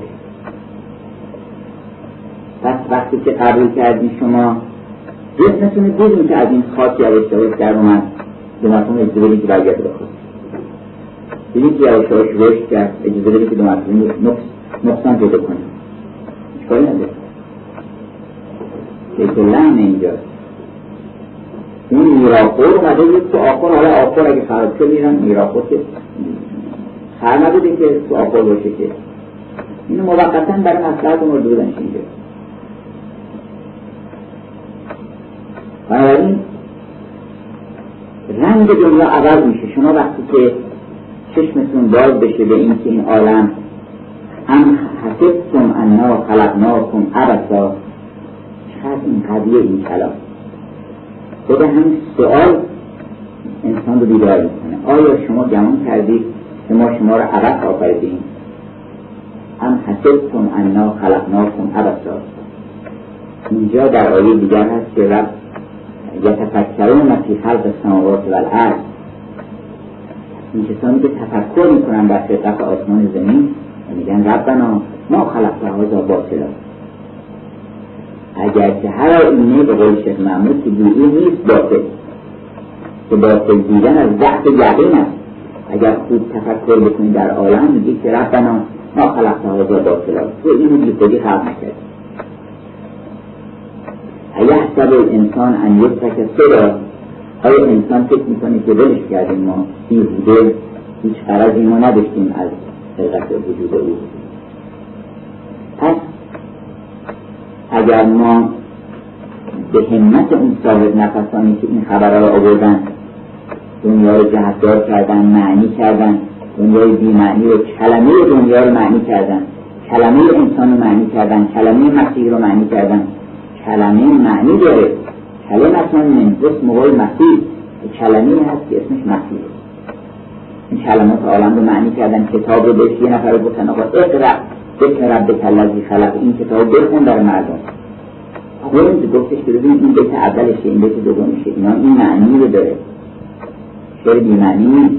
پس وقتی که قبول کردی شما جسمتونه دیدیم که از این خاک یواش در اومد دومتون اجازه بدید که برگرده بخود دیدیم که یواش رشد کرد اجازه بدید که دومتون نقصان پیدا کنیم اشکالی نداره که لحن اینجاست. این میراخور اومده بود تو آخور حالا آخور اگه خراب شد میرن میراخور که خر نبوده که تو آخور باشه که اینو موقتا برای مصلحت مورد بودنش اینجا. بنابراین رنگ دنیا عوض میشه. شما وقتی که چشمتون باز بشه به این که این عالم هم حسبتم انا خلقناکم عبثا چقدر این قضیه این کلام خود همین سؤال انسان رو بیدار میکنه. آیا شما گمان کردید که ما شما رو عبث آفریدیم؟ هم حسبتم انا خلقناکم عبثا. اینجا در آیه دیگر هست که رب یتفکرون فی خلق السماوات والارض این کسانی که تفکر میکنن در خلقت آسمان زمین و میگن ربنا ما خلقت هذا باطلا. اگر که هر اینه به قول شیخ محمود که گویی نیست باطل که باطل دیدن از ضعف یقین است. اگر خوب تفکر بکنی در عالم میگی که ربنا ما خلقت هذا باطلا تو اینو بیخودی خلق نکردی. ایحسب الانسان ان یترک سدى آیا انسان فکر میکنه که ولش کردیم ما بیهوده هیچ غرضی ما نداشتیم از خلقت وجود او. پس اگر ما به همت اون صاحب نفسانی که این خبرها رو آوردن دنیا رو جهتدار کردن معنی کردن دنیای بی معنی رو کلمه دنیا رو معنی کردن کلمه انسان رو معنی کردن کلمه مسیح رو معنی کردن. کلمه معنی داره. کلمه اصلا من اسم قول مسیح کلمه هست که اسمش مسیح. این کلمات عالم رو معنی کردن. کتاب رو بهش یه نفر گفتن آقا اقرأ بسم ربک الذی خلق این کتاب بخون برای مردم. خود گفتش که ببین این بیت اولشه این بیت دومشه اینا این معنی رو داره. شعر بی معنی نیست.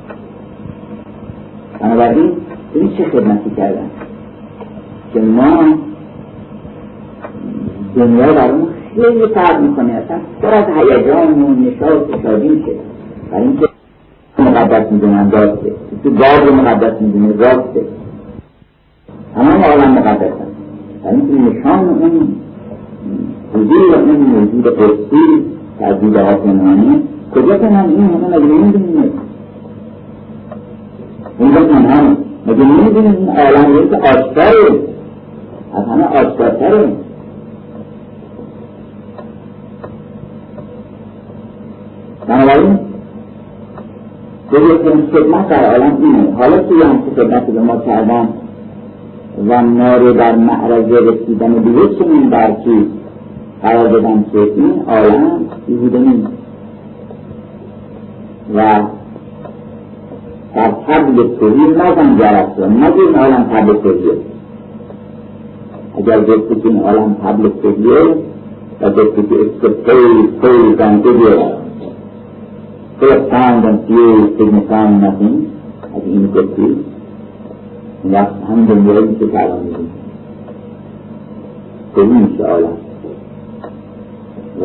بنابراین این چه خدمتی کردن که ما دنیا برامون خیلی فرق میکنه اصلا پر از هیجان و نشاط و شادی میشه. برای اینکه مقدس میدونن راسته تو باب مقدس میدونه راسته تمام عالم مقدس هست. برای اینکه نشان اون حضور اون موجود قدسی که از دیده ها پنهانی کجا کنن این همه مجموعی میدونیم اونجا پنهانه. مگه نمیدونی این عالم که آشکاره، از همه آشکارتره. بنابراین بزرگترین خدمت در عالم اینه. حالا توی هم که خدمت به ما کردن و ما رو در معرض رسیدن به یک چنین درکی قرار دادن که این عالم بیهوده نیست و در طبل توحید نزن جرس را، نگه این عالم طبل توحیده. اگر گفتی که این عالم طبل توحیده و گفتی که it's and full of sound and fuel signifying nothing، از این گفتی این وقت هم دنیایی که کلام میدیم توحید میشه عالم و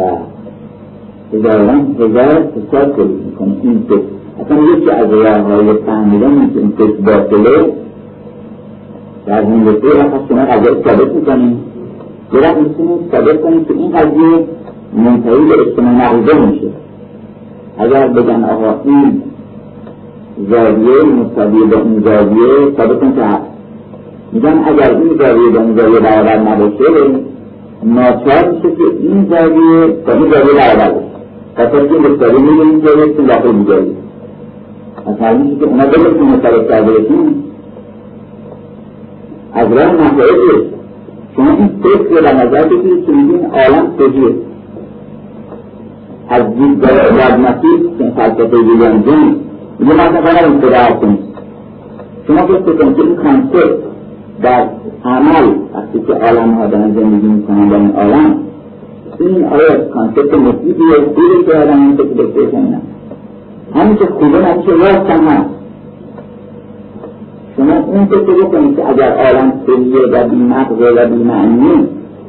هزار حساب توحید میکنه. این که اصلا یکی از راه‌های فهمیدن که این فکر باطله در این رسول وقت شما قضیه ثابت میکنیم، یه وقت میتونیم ثابت کنیم که این قضیه منتهی به اجتماع نقیضه میشه. اگر بگن آقا این زاویه مساوی با این زاویه ثابت کن که هست، میگن اگر این زاویه با این زاویه برابر نباشه ناچار میشه که این زاویه با این زاویه برابر باشه. خاطر که مستقیم میگه این زاویه که داخل میگه از هر میشه که اونا بگه که مستقیم کرده بشیم از راه مسائلیه. شما این فکر رو در نظر بگیرید که میگه این عالم توحیده. از دیدگاه پراگماتیک که فلسفه ویلیام جیمز میگه مثلا قرار این خدا هستیم. شما فکر کنید که این کانسپت در عمل وقتی که عالم ها دارن زندگی میکنن در این عالم، این آیا کانسپت مفیدیه خوبه که آدم این فکر بکره کنن؟ همین که خوبه نمیشه راست هم هست. شما اون فکر بکنید که اگر عالم سریه و بی‌مغزه و بی‌معنی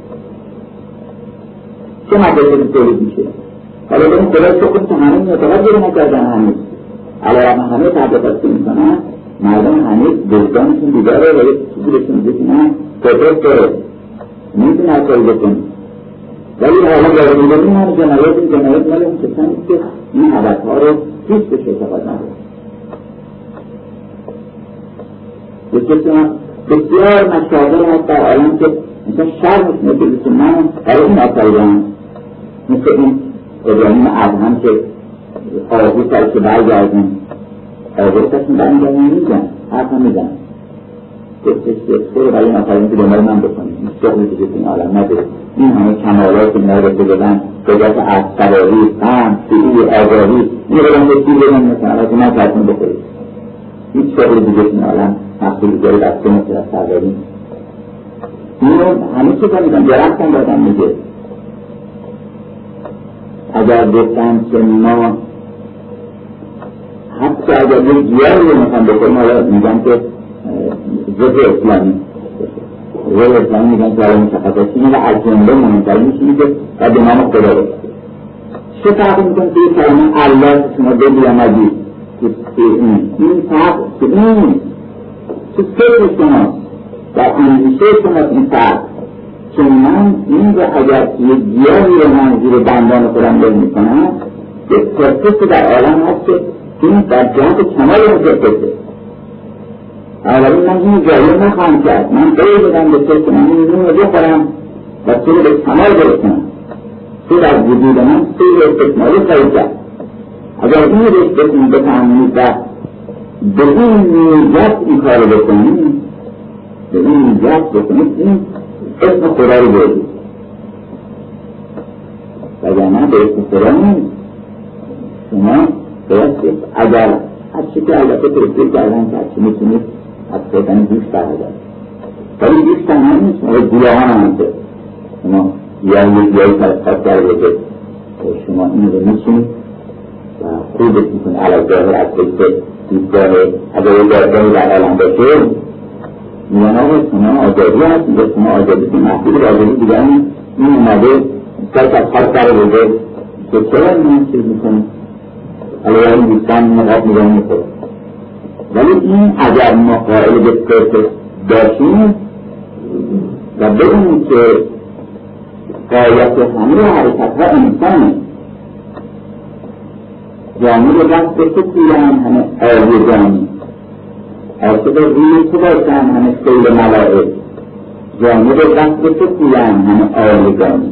چه مدرسه تولید میشه؟ حالا بریم خدا شکر که همه متوجه نکردن هنوز علیرغم همه تحقیقات که میکنن مردم هنوز وجدانشون بیداره و یک چیزی بهشون میگه که نه قدرت داره نمیتونه هر کاری بکنه. ولی حالا باید میدونیم همه جنایت مال اون کسانی که این حدثها رو هیچ بهش اعتقاد نداره. بسیار مشاغل هست در عالم که مثلا شر میتونه که من برای این آفریدم مثل این ابراهیم ادهم که آغوز هست که برگردن آغوز هستن برگردن میگن حرف هم میگن گفتش که خود برای این آفرین که دنبال من بکنیم این شغلی که این عالم نداره. این همه کمالات که اینا رو بگذن قدرت از سواری فهم سعی آزادی این رو هم بسید بگن مثلا وقتی من ترسون بخورید هیچ شغلی دیگه این عالم محصولی داره دسته مثل از سواری این رو همه چیز هم میگن درخت هم دادن میگه. اگر گفتن که ما حتی اگر یک گیاهی رو میخوام بکنیم حالا میگن که ضد اسلامی میگن که حالا مشخصه چیزی و از جنبه مهمترین چیزی که و به نام خدا بکنیم چه فرقی میکنم که این کلمه الله شما دل یا مدید این فرق که این تو فکر شما در اندیشه شما این فرق که من این رو اگر یک گیاهی رو من زیر دندان خودم دل میکنم یک پرسش در عالم هست که این در جهت کمال مجرده اولی من این جایی نخواهم کرد من باید بدم به که من این رو بخورم و تو رو به کمال برسنم تو در وجود من تو رو استثمالی خواهی کرد. اگر این رو بفهمید و به این نیت این کار رو بکنید به این نیت بکنید این اسم خدا رو بردید وگرنه به اسم خدا نیست. شما باید اگر از چی که البته توصیح کردن که از چی میتونید از خودن بیش برادر ولی بیش تنها نیست ما گولاهان هم هسته شما یا یک یایی فرصت کرده بوده شما این رو میتونید و خوبت میکنید علاوه ظاهر از فکر دیدگاه اگر یک دارگاهی در عالم باشه میان آقا شما آزادی هست یا شما آزادی که محبوب آزادی دیگر این اومده کارک از خواست کرده بوده که چرا این چیز میکنید علاوه این دیستان مقاب میگه میکنه ولی این اگر ما قائل به پرسش باشیم و ببینیم که قایت همه حرکت ها انسانه جامعه دست به توی هم همه آلی جامعه عاشق روی تو باشم همه خیل ملائک، جانب وقت تو پویم همه آلگانی.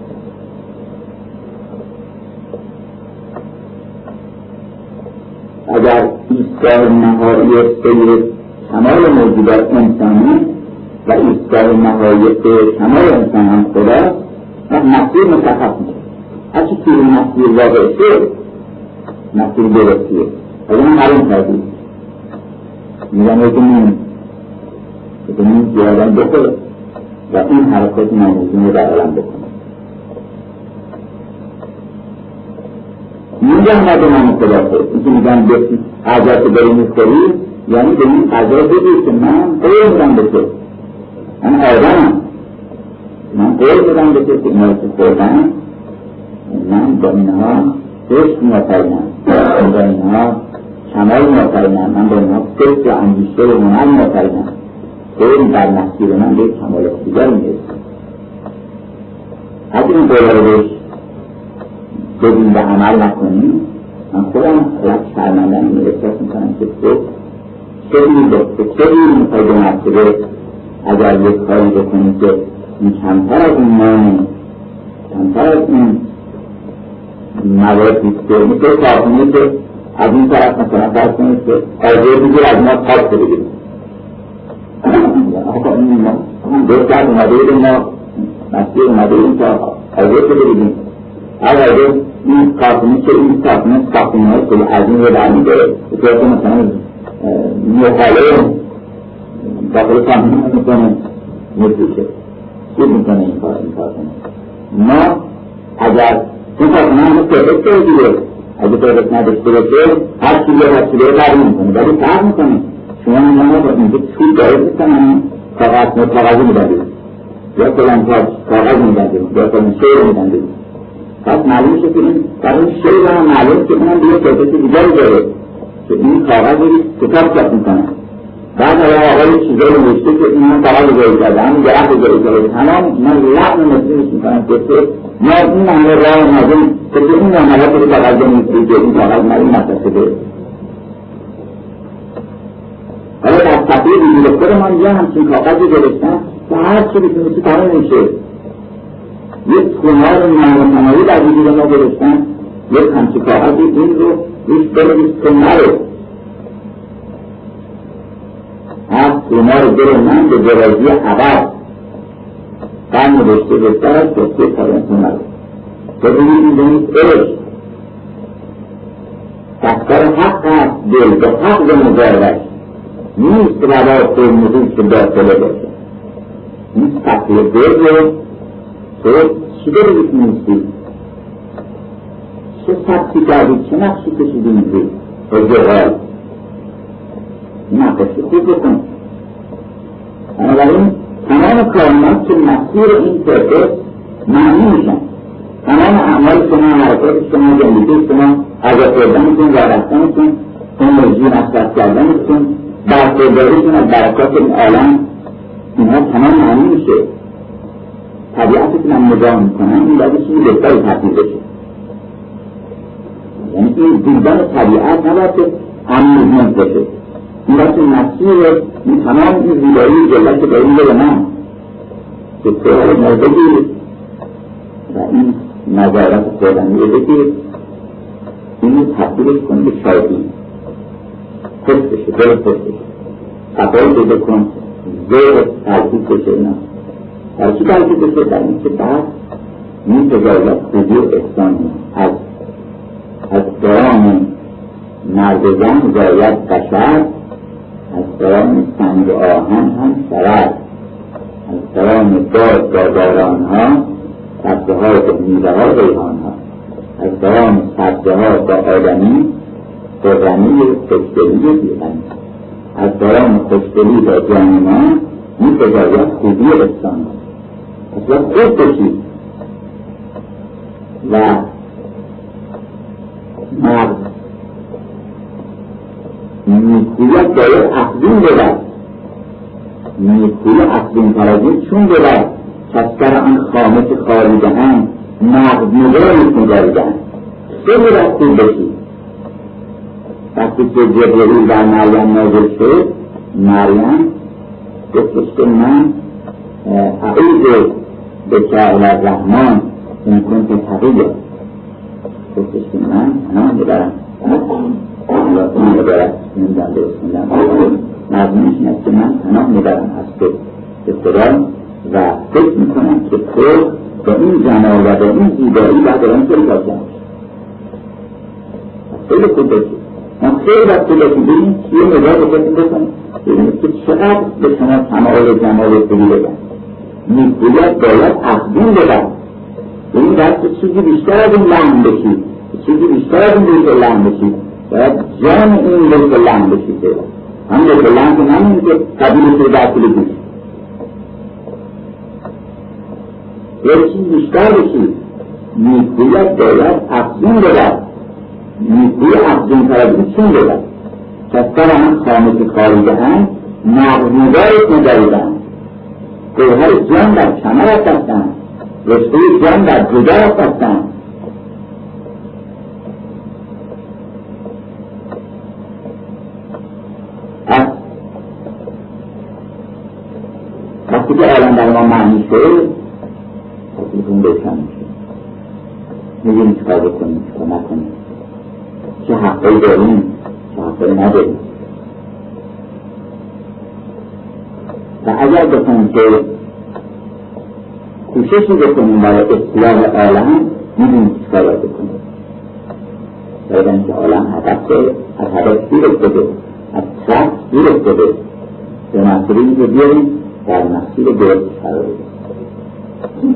اگر ایستگاه نهایی سیر کمال موجودات انسانی و ایستگاه نهایی سیر کمال انسان هم خدا و مسیر مشخص میشه. هرچی که این مسیر واقع شد مسیر درستیه. از اون معلوم کردید میگن این جیادن بخور و این حرکات ناموزین رو در عالم بکنه. میگن ندونم خدا خود این که میگن بسی غذا که داری میخوری یعنی به این غذا بگیر که من قول بدم به تو، من آدمم، من قول بدم به تو که اینا رو خوردم من با اینها عشق میآفرینم، من با اینها کمال میآفرینم، من با اینها فکر و اندیشه و هنر میآفرینم که این در مسیر من به کمال دیگر میرسم. اگه این قول رو بهش بدیم و عمل نکنیم من خودم خلق شرمندن این احساس میکنم که تو چه میخوای به مرتبه اگر یک کاری بکنی که این کمتر از این نامه کمتر از این موادی که مثل کافنی که از این طرف مثلا فرض کنید که آزه بگیر از ما پاک بگیریم آقا این ما دوستر اومده بودیم ما مسیر اومده بودیم که آزه بگیریم اگر این کافنی که این کافنی های که از این رو برمی داره که مثلا مقاله داخل کافنی میکنه میپوشه چی میکنه این کار کنه. ما اگر این کافنی همه تفت رو دیگه اگه تفت نداشته باشه هر چیزی رو برمی میکنه ولی فرق میکنه. شما میگه با اینجا چوب دارید میکنم کاغذی میدادید یا کلان کاغذ میدادید یا کلان شیر میدادید پس معلوم شد که این در اون شیر هم معلوم که اونم دیگه تفت دیگری داره که این کاغذ رو کتاب چاپ میکنه. بعد آقای چیزایی رو نوشته که این هم کاغذ رو کرده همین درخت رو کرده تمام من لغم نسیمش میکنم که ما این همه راه مازم که این نمالات رو کاغذ رو میکنی که این کاغذ معلوم نتاسده. حالا در صفحه ویدیو خودمان یه همچین کاغذی گرفتن و هر چی بکنی که تمام میشه یک خونار نمایی در ویدیو ما گرفتن یک همچین کاغذی این رو روش برویست که نرو هر خونار برو من به درازی عوض بر نوشته بهتر است که سه پایانتون نرو ببینید این دنیست عشق دستار حق هست دل به حق به مجارش نیست رواب فرموزی که داخله باشه این سطح دل رو تو چی دارید نیستی چه سطحی کردید چه نقشی کشیدی میدید با جغال نقشی خوب بکن. بنابراین تمام کارمات که مسیر این طبقه معنی میشن تمام اعمال شما حرکات شما زندگی شما عذاب کردنتون و رفتنتون انرژی مصرف کردنتون برخورداریتون از برکات این عالم اینها تمام معنی میشه. طبیعتی که من نگاه میکنم این باید چیزی بهتری تبدیل بشه. یعنی این دیدن طبیعت نباید که امیزمنت بشه این باید که مسیر این تمام این زیبایی جلت که داریم به من که سوال ما بگیرید و این نظارت خودنی رو بگیرید این رو تبدیلش کنید به شادی خوش بشه دل خوش بشه صفایی پیدا کن زیر تلقیق بشه اینا در چی تلقیق بشه در این که بعد این تجارت خوبی و احسان از درام مرد زن زاید بشر از درام سنگ آهن هم شرر از درام باد داداران ها سبزه ها و میوه ها ریحان ها از درام سبزه ها با آدمی خرمی و خوشدلی بیغنی از درام خوشدلی با جان ما این تجارت خوبی و احسان اصلا خود بشید و مرد نیکویت باید اقدیم ببرد نیکوی اقدیم پرازی چون ببرد کسکر آن خامش خاریده هم مرد نگاریت نگاریده هم خیلی رفتیم بشید وقتی که جبرئیل در مریم نازل شد مریم گفتش که من اعوذ بک الرحمن ان کنت تقیا، گفتش که من پناه میبرم این عبارت نمیدونم درست میدم مضمونش اینه که من پناه میبرم از تو به خدا و فکر میکنم که تو به این جمال و به این زیبایی بعد آن خیلی کاشم خیلی خوب باشید. من خیلی وقتی باشید ببینید یه نگاه بکنید ببینید که چقدر به شما کمال جمال خوبی بگن. میگوید باید افزون بگن، ببینید باید چیزی بیشتر از این لحن بشید، چیزی بیشتر از این بیشتر لحن بشید، باید جان این بیشتر لحن بشید. هم بیشتر لحن که همین که قبیل شده در طول گوش یه چیز بیشتر بشید. میگوید باید افزون بگن، نیکوی افزون ترازی چون بگن کسر هم خاموش خاریده هم نغمگاه نداریدن گوهر جان در کمرت هستن، رشته جان در جگرت هستن. وقتی که عالم در ما معنی شد وقتی که اون بشن میشه میگیم چکار بکنیم چکار نکنیم، چه حقایی داریم چه حقایی نداریم. و اگر بکنیم که کوششی بکنیم برای اصلاح عالم میدونیم چکار باید بکنیم. باید اینکه عالم از هدف دور افتاده، از شخص دور افتاده، به مسئولی رو بیاریم در مسئول درست قرار بدیم.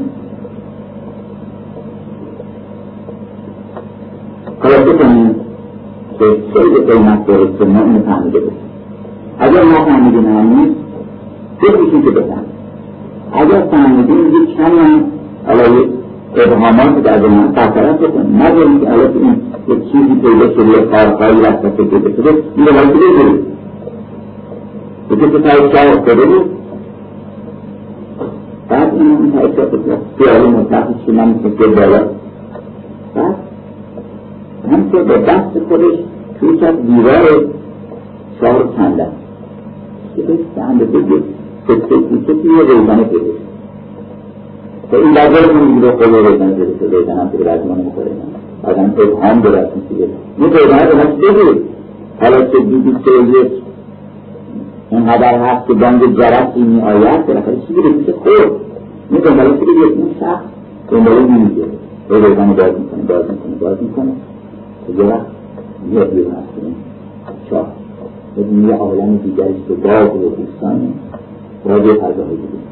خلاصه کنیم که خیلی قیمت دارد که ما اینو فهمیده باشیم. اگر ما فهمیدیم هنوز بکشیم که بفهمیم، اگر فهمیدیم یک کمی هم علایه ابهامات در زمان برطرف بکنیم، نذاریم که علایه این یک چیزی پیدا شده یا کارهایی وسط پیدا شده این رو باید بگیریم بکه که تایی شاه افتاده بود بعد این تایی شاه افتاده خیالی مطلقی که من میشه بالا بعد همچه با دست خودش توی که دیوار شاه رو کندن که بهش اندازه یک سکته کوچه که یه ریزنه پیدا شد و این لحظه رو میگه خود ریزنه پیدا شد، ریزنه هم که رزمانه میخوره آدم ابهام داره از این چیزه یه ریزنه رو هست بگیر. حالا که دیدید که یک اینقدر هست که بانگ جرسی می آید بالاخره چیزی رو میشه خورد این دنباله که یک این شخص دنباله نمیگه و ریزنه باز میکنه یه وقت یه بیرون هست این چاه بدون یه عالم دیگرش به باز و دوستانه باید یه فضاهای دیگه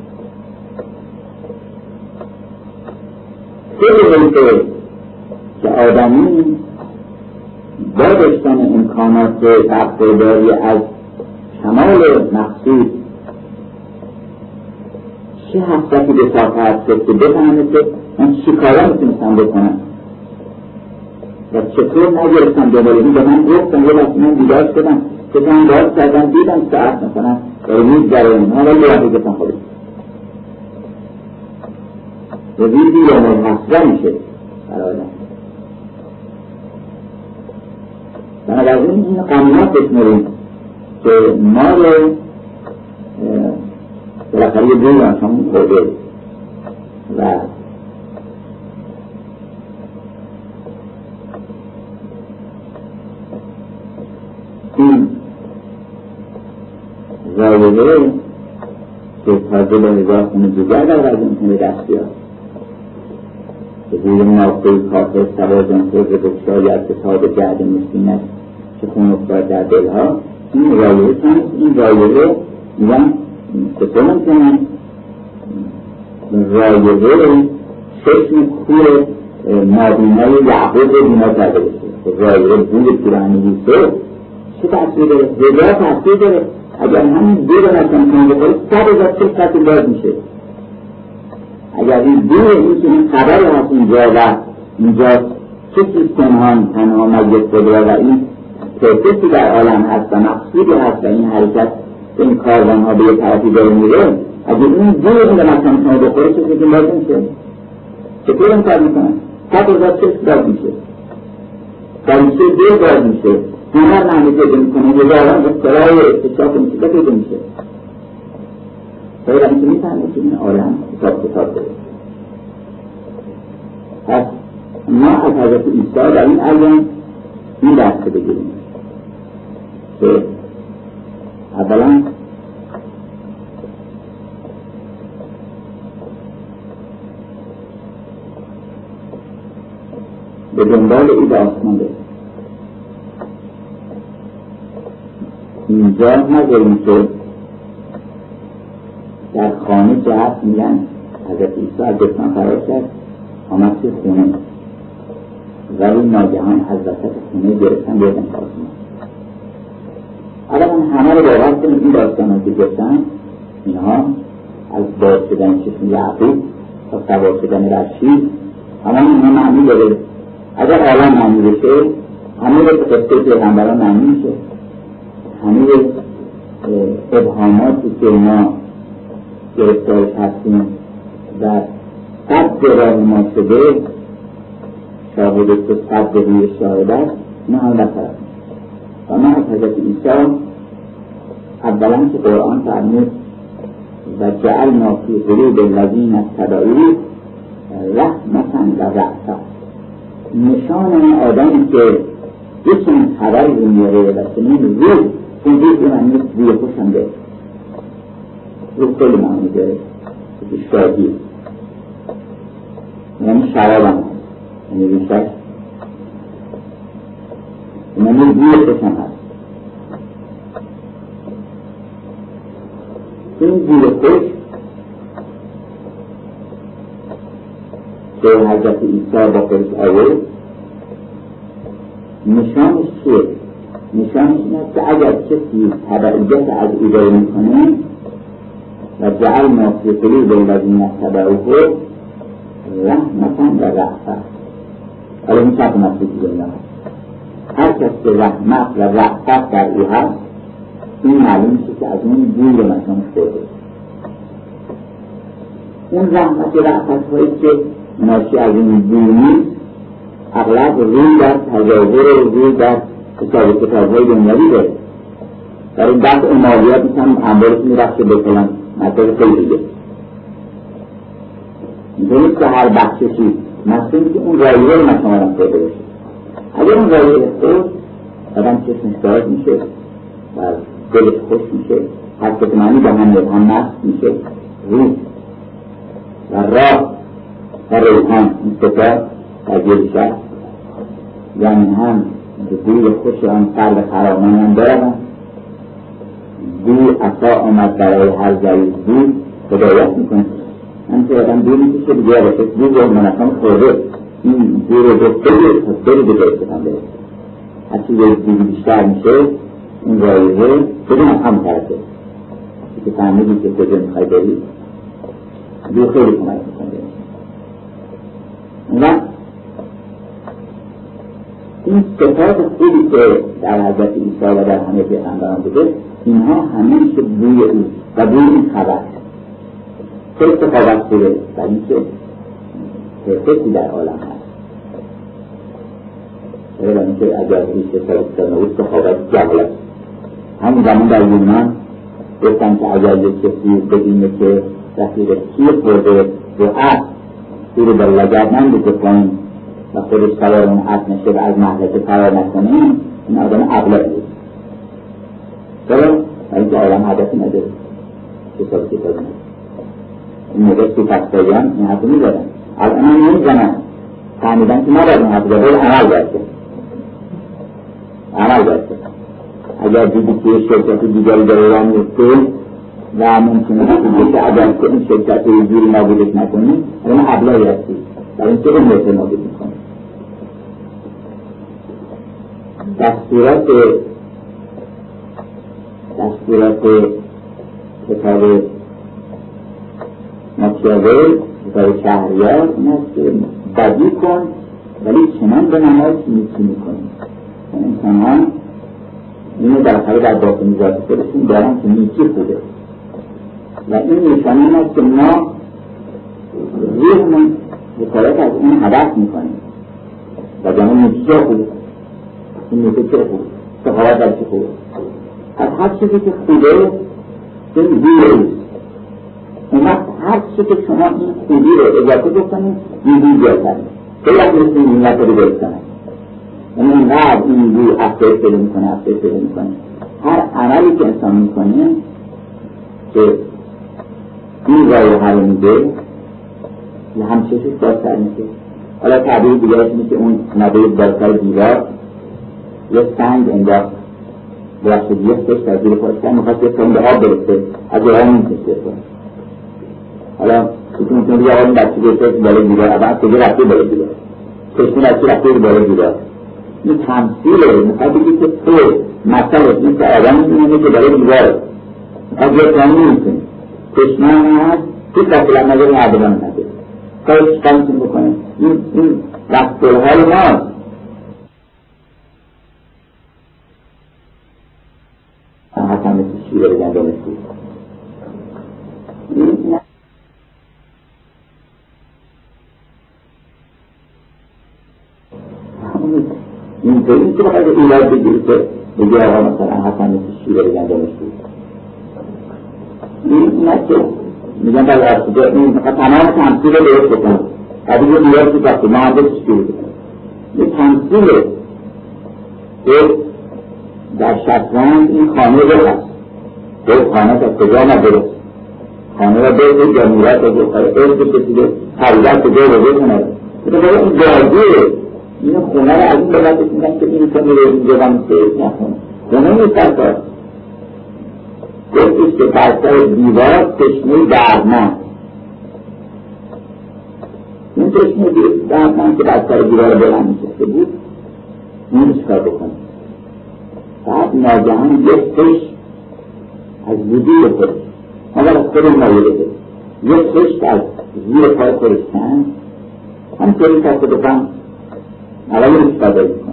خیلی بلکه که آدمی با داشتن امکانات برخورداری از کمال مقصود چه حسرتی به ساقه هست که بفهمه که من چی کارا میتونستم بکنم و چطور نگرفتم دوباره این به من گفتم یه وقتی من بیدار شدم که من باز کردم دیدم ساعت میکنم و روز در اینها و یه وقتی گفتم خودم و روزی یا منحصره میشه برای بنابراین این قانونات بشماریم که ما رو بالاخره یه دوی آنشان خورده و این رایوه که تازه به نگاه خونه دیگر در از این کنه دست بیاد که روی ناقوی کافر سوازن خود بکشایی از کتاب جهد مسکینش که خون افتاد در دلها این رایوه کنید. این رایوه میگن چطور ممکنن رایوه چشم کور نابینای یعقوب رو بینا کرده بشه رایوه بوی پیرانی یوسف چه تأثیر داره؟ رضا تأثیر داره. اگر همین دور نشان کنه بخوره 100,000 چشم باز میشه. اگر این دور این که این خبر هست اینجا و اینجا چه چیز تنها مجلس بده و این پرسیسی در عالم هست و مقصودی هست و این حرکت این کاروان ها به یه طرفی داره میره اگر این دور این نشان کنه بخوره چه چیزی باز میشه؟ چطور این کار میکنن؟ 100,000 چشم باز میشه، دریچه دور باز میشه هنر معنی پیدا میکنه هزاران اختراع اکتشاف میشه پیدا میشه. باید که میفهمه که این عالم کتاب داره. پس ما از حضرت عیسی در این ایام این درس بگیریم که اولا به دنبال این به آسمان بریم. اینجا نذاریم که در خانه جهت میگن حضرت عیسی از دستان فرار کرد آمد توی خونه ولی ناگهان از وسط خونه گرفتن بردن تا آسمان. اولا همه رو باور کنید این داستان که گفتن اینها از باز شدن چشم یعقوب تا سوار شدن رشید همه اینها معنی داره. اگر عالم معنی بشه همه رو به قصه پیغمبران معنی میشه. همه ابهاماتی که ما گرفتارش هستیم و قد راه ما شده شاهده که قد روی شاهد است نه هم بطرف و ما از حضرت عیسی اولا که قرآن فرمود و جعلنا فی قلوب الذین اتبعوه رحمة و رأفة. نشان این آدمی که یکم خبر رو میاره و چنین روح چون روح من نیست روی خوشم ده روح کل معنی داره شادی یعنی شرابم هست یعنی ریشش یعنی روی خوشم هست. این روی خوش که حضرت عیسی با خودش آورد نشانش چیه؟ نشانش این است که اگر کسی تبعیت از او داره میکنه و جعلنا فی قلوب الذین اتبعوه رحمة و رأفة. حالا این چند مطلب دیگه هست. هر کس که رحمت و رأفت در او هست این معلوم میشه که از اون بوی مکان خورده. اون رحمت و رأفت هایی که ناشی از این بوی نیست اغلب روی در تجاور و روی در کتاب های دنیاوی داره. در این بحث مالیات میتونم انبارش میرخشه بکنم مطلب خیلی دیگه میتونید که هر بخششی مثل که اون رایه رو مثلا آدم خورده باشه. اگر اون رایه خورد آدم چشمش باز میشه و دلش خوش میشه حتی که معنی به هم نفس میشه روح و راه و ریحان این ستا تجیل شد یعنی هم بوی خوش آن قلب خرامان هم دارم بوی عطا آمد برای هر ضعیف بود هدایت میکنه. هم که آدم بوی میکشه دیگه باشه بوی رو منظم خورده این بوی رو خیلی بگه بکن برسه هرچی یه بوی بیشتر میشه این رایحه بدون هم طرفه که فهمیدی که کجا میخوای بری بوی خیلی کمک میکنه برسه. این صفات خوبی که در حضرت عیسی و در همه پیغمبران بوده اینها همیشه بوی او و بوی این خبر چه سخاوت خوبه و این که حرفتی در عالم هست و این که اگر ایشه سرستان او سخاوت جهلت همین زمان در یونان گفتن که اگر یک کسی بدینه که رفیق کیه خورده و عصر او رو در لگرد نمیده پایین و خودش سوار اون عصر نشه و از محلت فرار نکنه این آدم ابلغ بود چرا؟ ولی که عالم هدفی نداره حساب کتاب نداره این موقع سوپستاییان این حرفو میزدن الان هم نمیزنن فهمیدن که نباید این حرفو زده عمل داشته اگر دیدی که یه شرکت دیگری داره راه میفته و ممکنه که اگر که این شرکت رو جوری نابودش نکنی الان ابلغی هستی در این که این موقع نابود میکنه. دستورات کتاب ماکیاولی کتاب شهریار این است که بدی کن ولی چنان به نمای که نیکی میکنی. انسان ها اینو بالاخره در باطن ذات خودشون دارن که نیکی خوبه و این نشانه این است که ما روحمون حکایت از اون هدف میکنیم و جمعه نیکی خوب این نیکی چه خوب سخاوت در چه خوبه؟ از هر چیزی که خوبه این دیگه اون وقت هر چیزی که شما این خوبی رو اضافه بکنید این دیگه جاتر خیلی از مثل این نیت رو برسنه یعنی اینقدر این دیگه افضای پیدا میکنه هر عملی که انسان میکنه که این رایحه رو میده یه همچهشش بازتر میشه. حالا تعبیر دیگرش میشه اون نبه بالتر دیوار یه سنگ انداخت برخشد یه سشت از زیر پاشتن میخواست یه سنگ به آب برسه از یه آب میکشه کنه. حالا کسی میتونه بگه آقا این بچه برسه بالای دیوار اول کجا رفته بالای دیوار چشمی بچه رفته بالای دیوار این تمثیله. میخواد بگی که تو مثلت این که آدم میدونه که بالای دیوار میخواد یه پرانی میکنه چشمی هم هست تو کسی هم نظر مردمان نده کارش کامتون بکنه این رفتارهای ماست. حتی مثل شیره بگن دانشی این که بخواهد ایلاد بگیری که بگی آقا مثلا حتی مثل شیره بگن دانشی این نه که میگن در راسته این تمام تمثیل رو درست بکنم قبل یه دیوار که بسته محبت شکل بکنم یه تمثیله که در شطرنج این خانه رو هست که خانه از کجا نداره خانه را برده جمعیت رو بخواه ارد کسیده حریبت کجا رو بکنه این جایگیه این خونه رو از این بلد بکنم که این کنی رو اینجا هم سیز نخونه خونه نیستن کار گفتیش که برسر دیوار تشنه درمان این تشنه درمان که برسر دیوار بلند میشسته بود این چکار بکنه بعد ناگهان یک خش از وجود خودش مگر از خود مایه بده یک خش از زیر پای خودش کن همطوری که خود بکن اولی مستدایی میکنه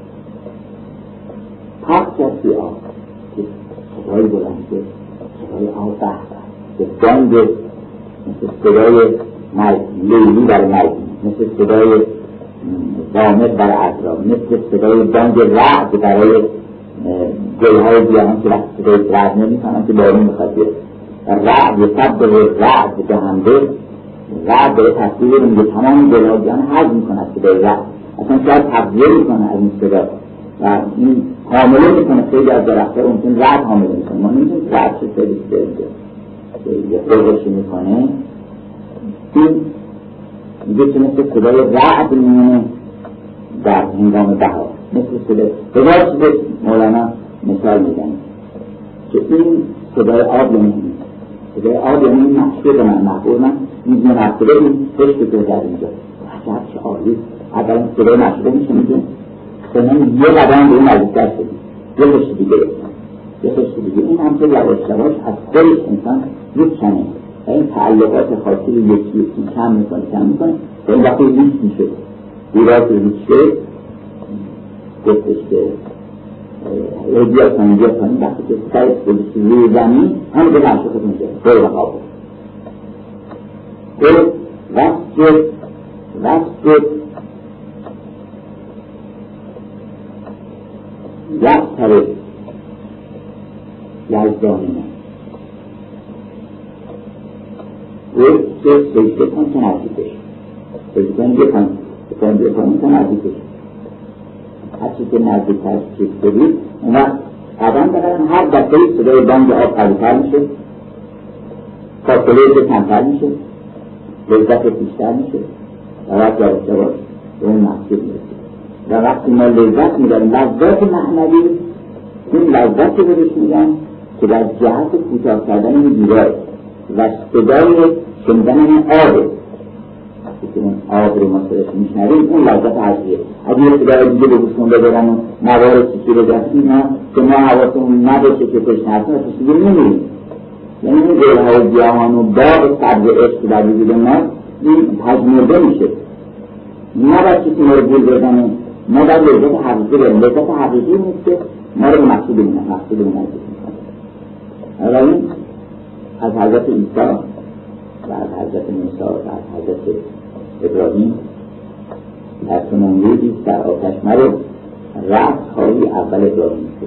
پاک جسی آب که صدای بلنده صدای آب که بانگ مثل صدای لیلی برای مردم مثل صدای وامد برای اطراف مثل صدای بانگ رعد برای گلهای بیانان که وقت صدای رعد نمیکنن که بارون میخواد رعد یه سب به رعد به همده رعد به تصویر رو میگه تمام گلهای بیانان حض میکنه صدای رعد اصلا شاید تغییر میکنه از این صدا و این حامله میکنه خیلی از درخته رو ممکن رعد حامله میکنه ما نمیتونیم رعد چه خیلی یه قرقشی میکنه این میگه که مثل صدای رعد میمونه در هنگام بهار مثل صدای چیز مولانا مثال میدن که این صدای آب یعنی صدای آب یعنی این محشوق من محبور من این مرتبه این پشت که در اینجا عجب چه آبی اولا صدای محشوقه میشه میگه سنن یه قدم به این نزدیکتر شدیم یه پشت دیگه یه پشت دیگه این همچه یواش یواش از خودش انسان یک کنه و این تعلقات خاصی یکی کم میکنه و این وقتی ریش میشه دیرات ریش شد گفتش که بیا کنیم وقتی که سرش بودیشی روی زمین همه به معشوقت میشه برو و خواب گفت وقت یختره یزدانه گفت که سجده کن که نزدیکش سجده کن که نزدیکش هرچی که نزدیکتر چیز بدید اون وقت قدم بقدم هر دفعه صدای بانگ آب قوی‌تر میشه فاصله کمتر میشه لذت بیشتر میشه و وقت یواش به اون مقصود میرسید و وقتی ما لذت میداریم لذت معنوی این لذت رو بهش میگن که در جهت کوتاه کردن این دیوار و صدای شنیدن این آبه که اون آب رو ما صداش میشنویم اون لذت عجیه اگه یه صدای دیگه به گوشمون ببرن و موارد چیزی بگن اینا که ما حواسمون نباشه که پشت نرسیم و پشت دیگه میمیریم یعنی این گلهای گیاهان و باغ سبز عشق در وجود ما این پژمرده میشه نباید کسی ما رو گول بزنه ما باید لذت حقیقی بریم لذت حقیقی نیست که ما رو به مقصود نزدیک میکنه این از حضرت عیسی و از حضرت موسی و از حضرت ابراهیم در نمرودی در آتش مرو رفت خواهی اول ابراهیم شد،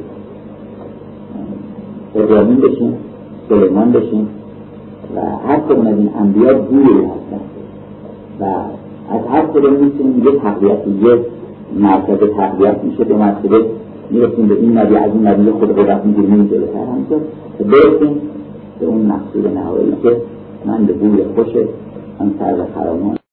ابراهیم بشین، سلیمان بشین و هر کدوم از این انبیا بویی هستن و از هر کدوم میتونیم یه تقویتی، یه مرکز تقویت میشه، به مرتبه میرسیم به این نبی، از این نبی خود قدرت میگیریم این جلوتر همینطور برسیم به اون مقصود نهایی که من به بوی خوش آن سر و خرامان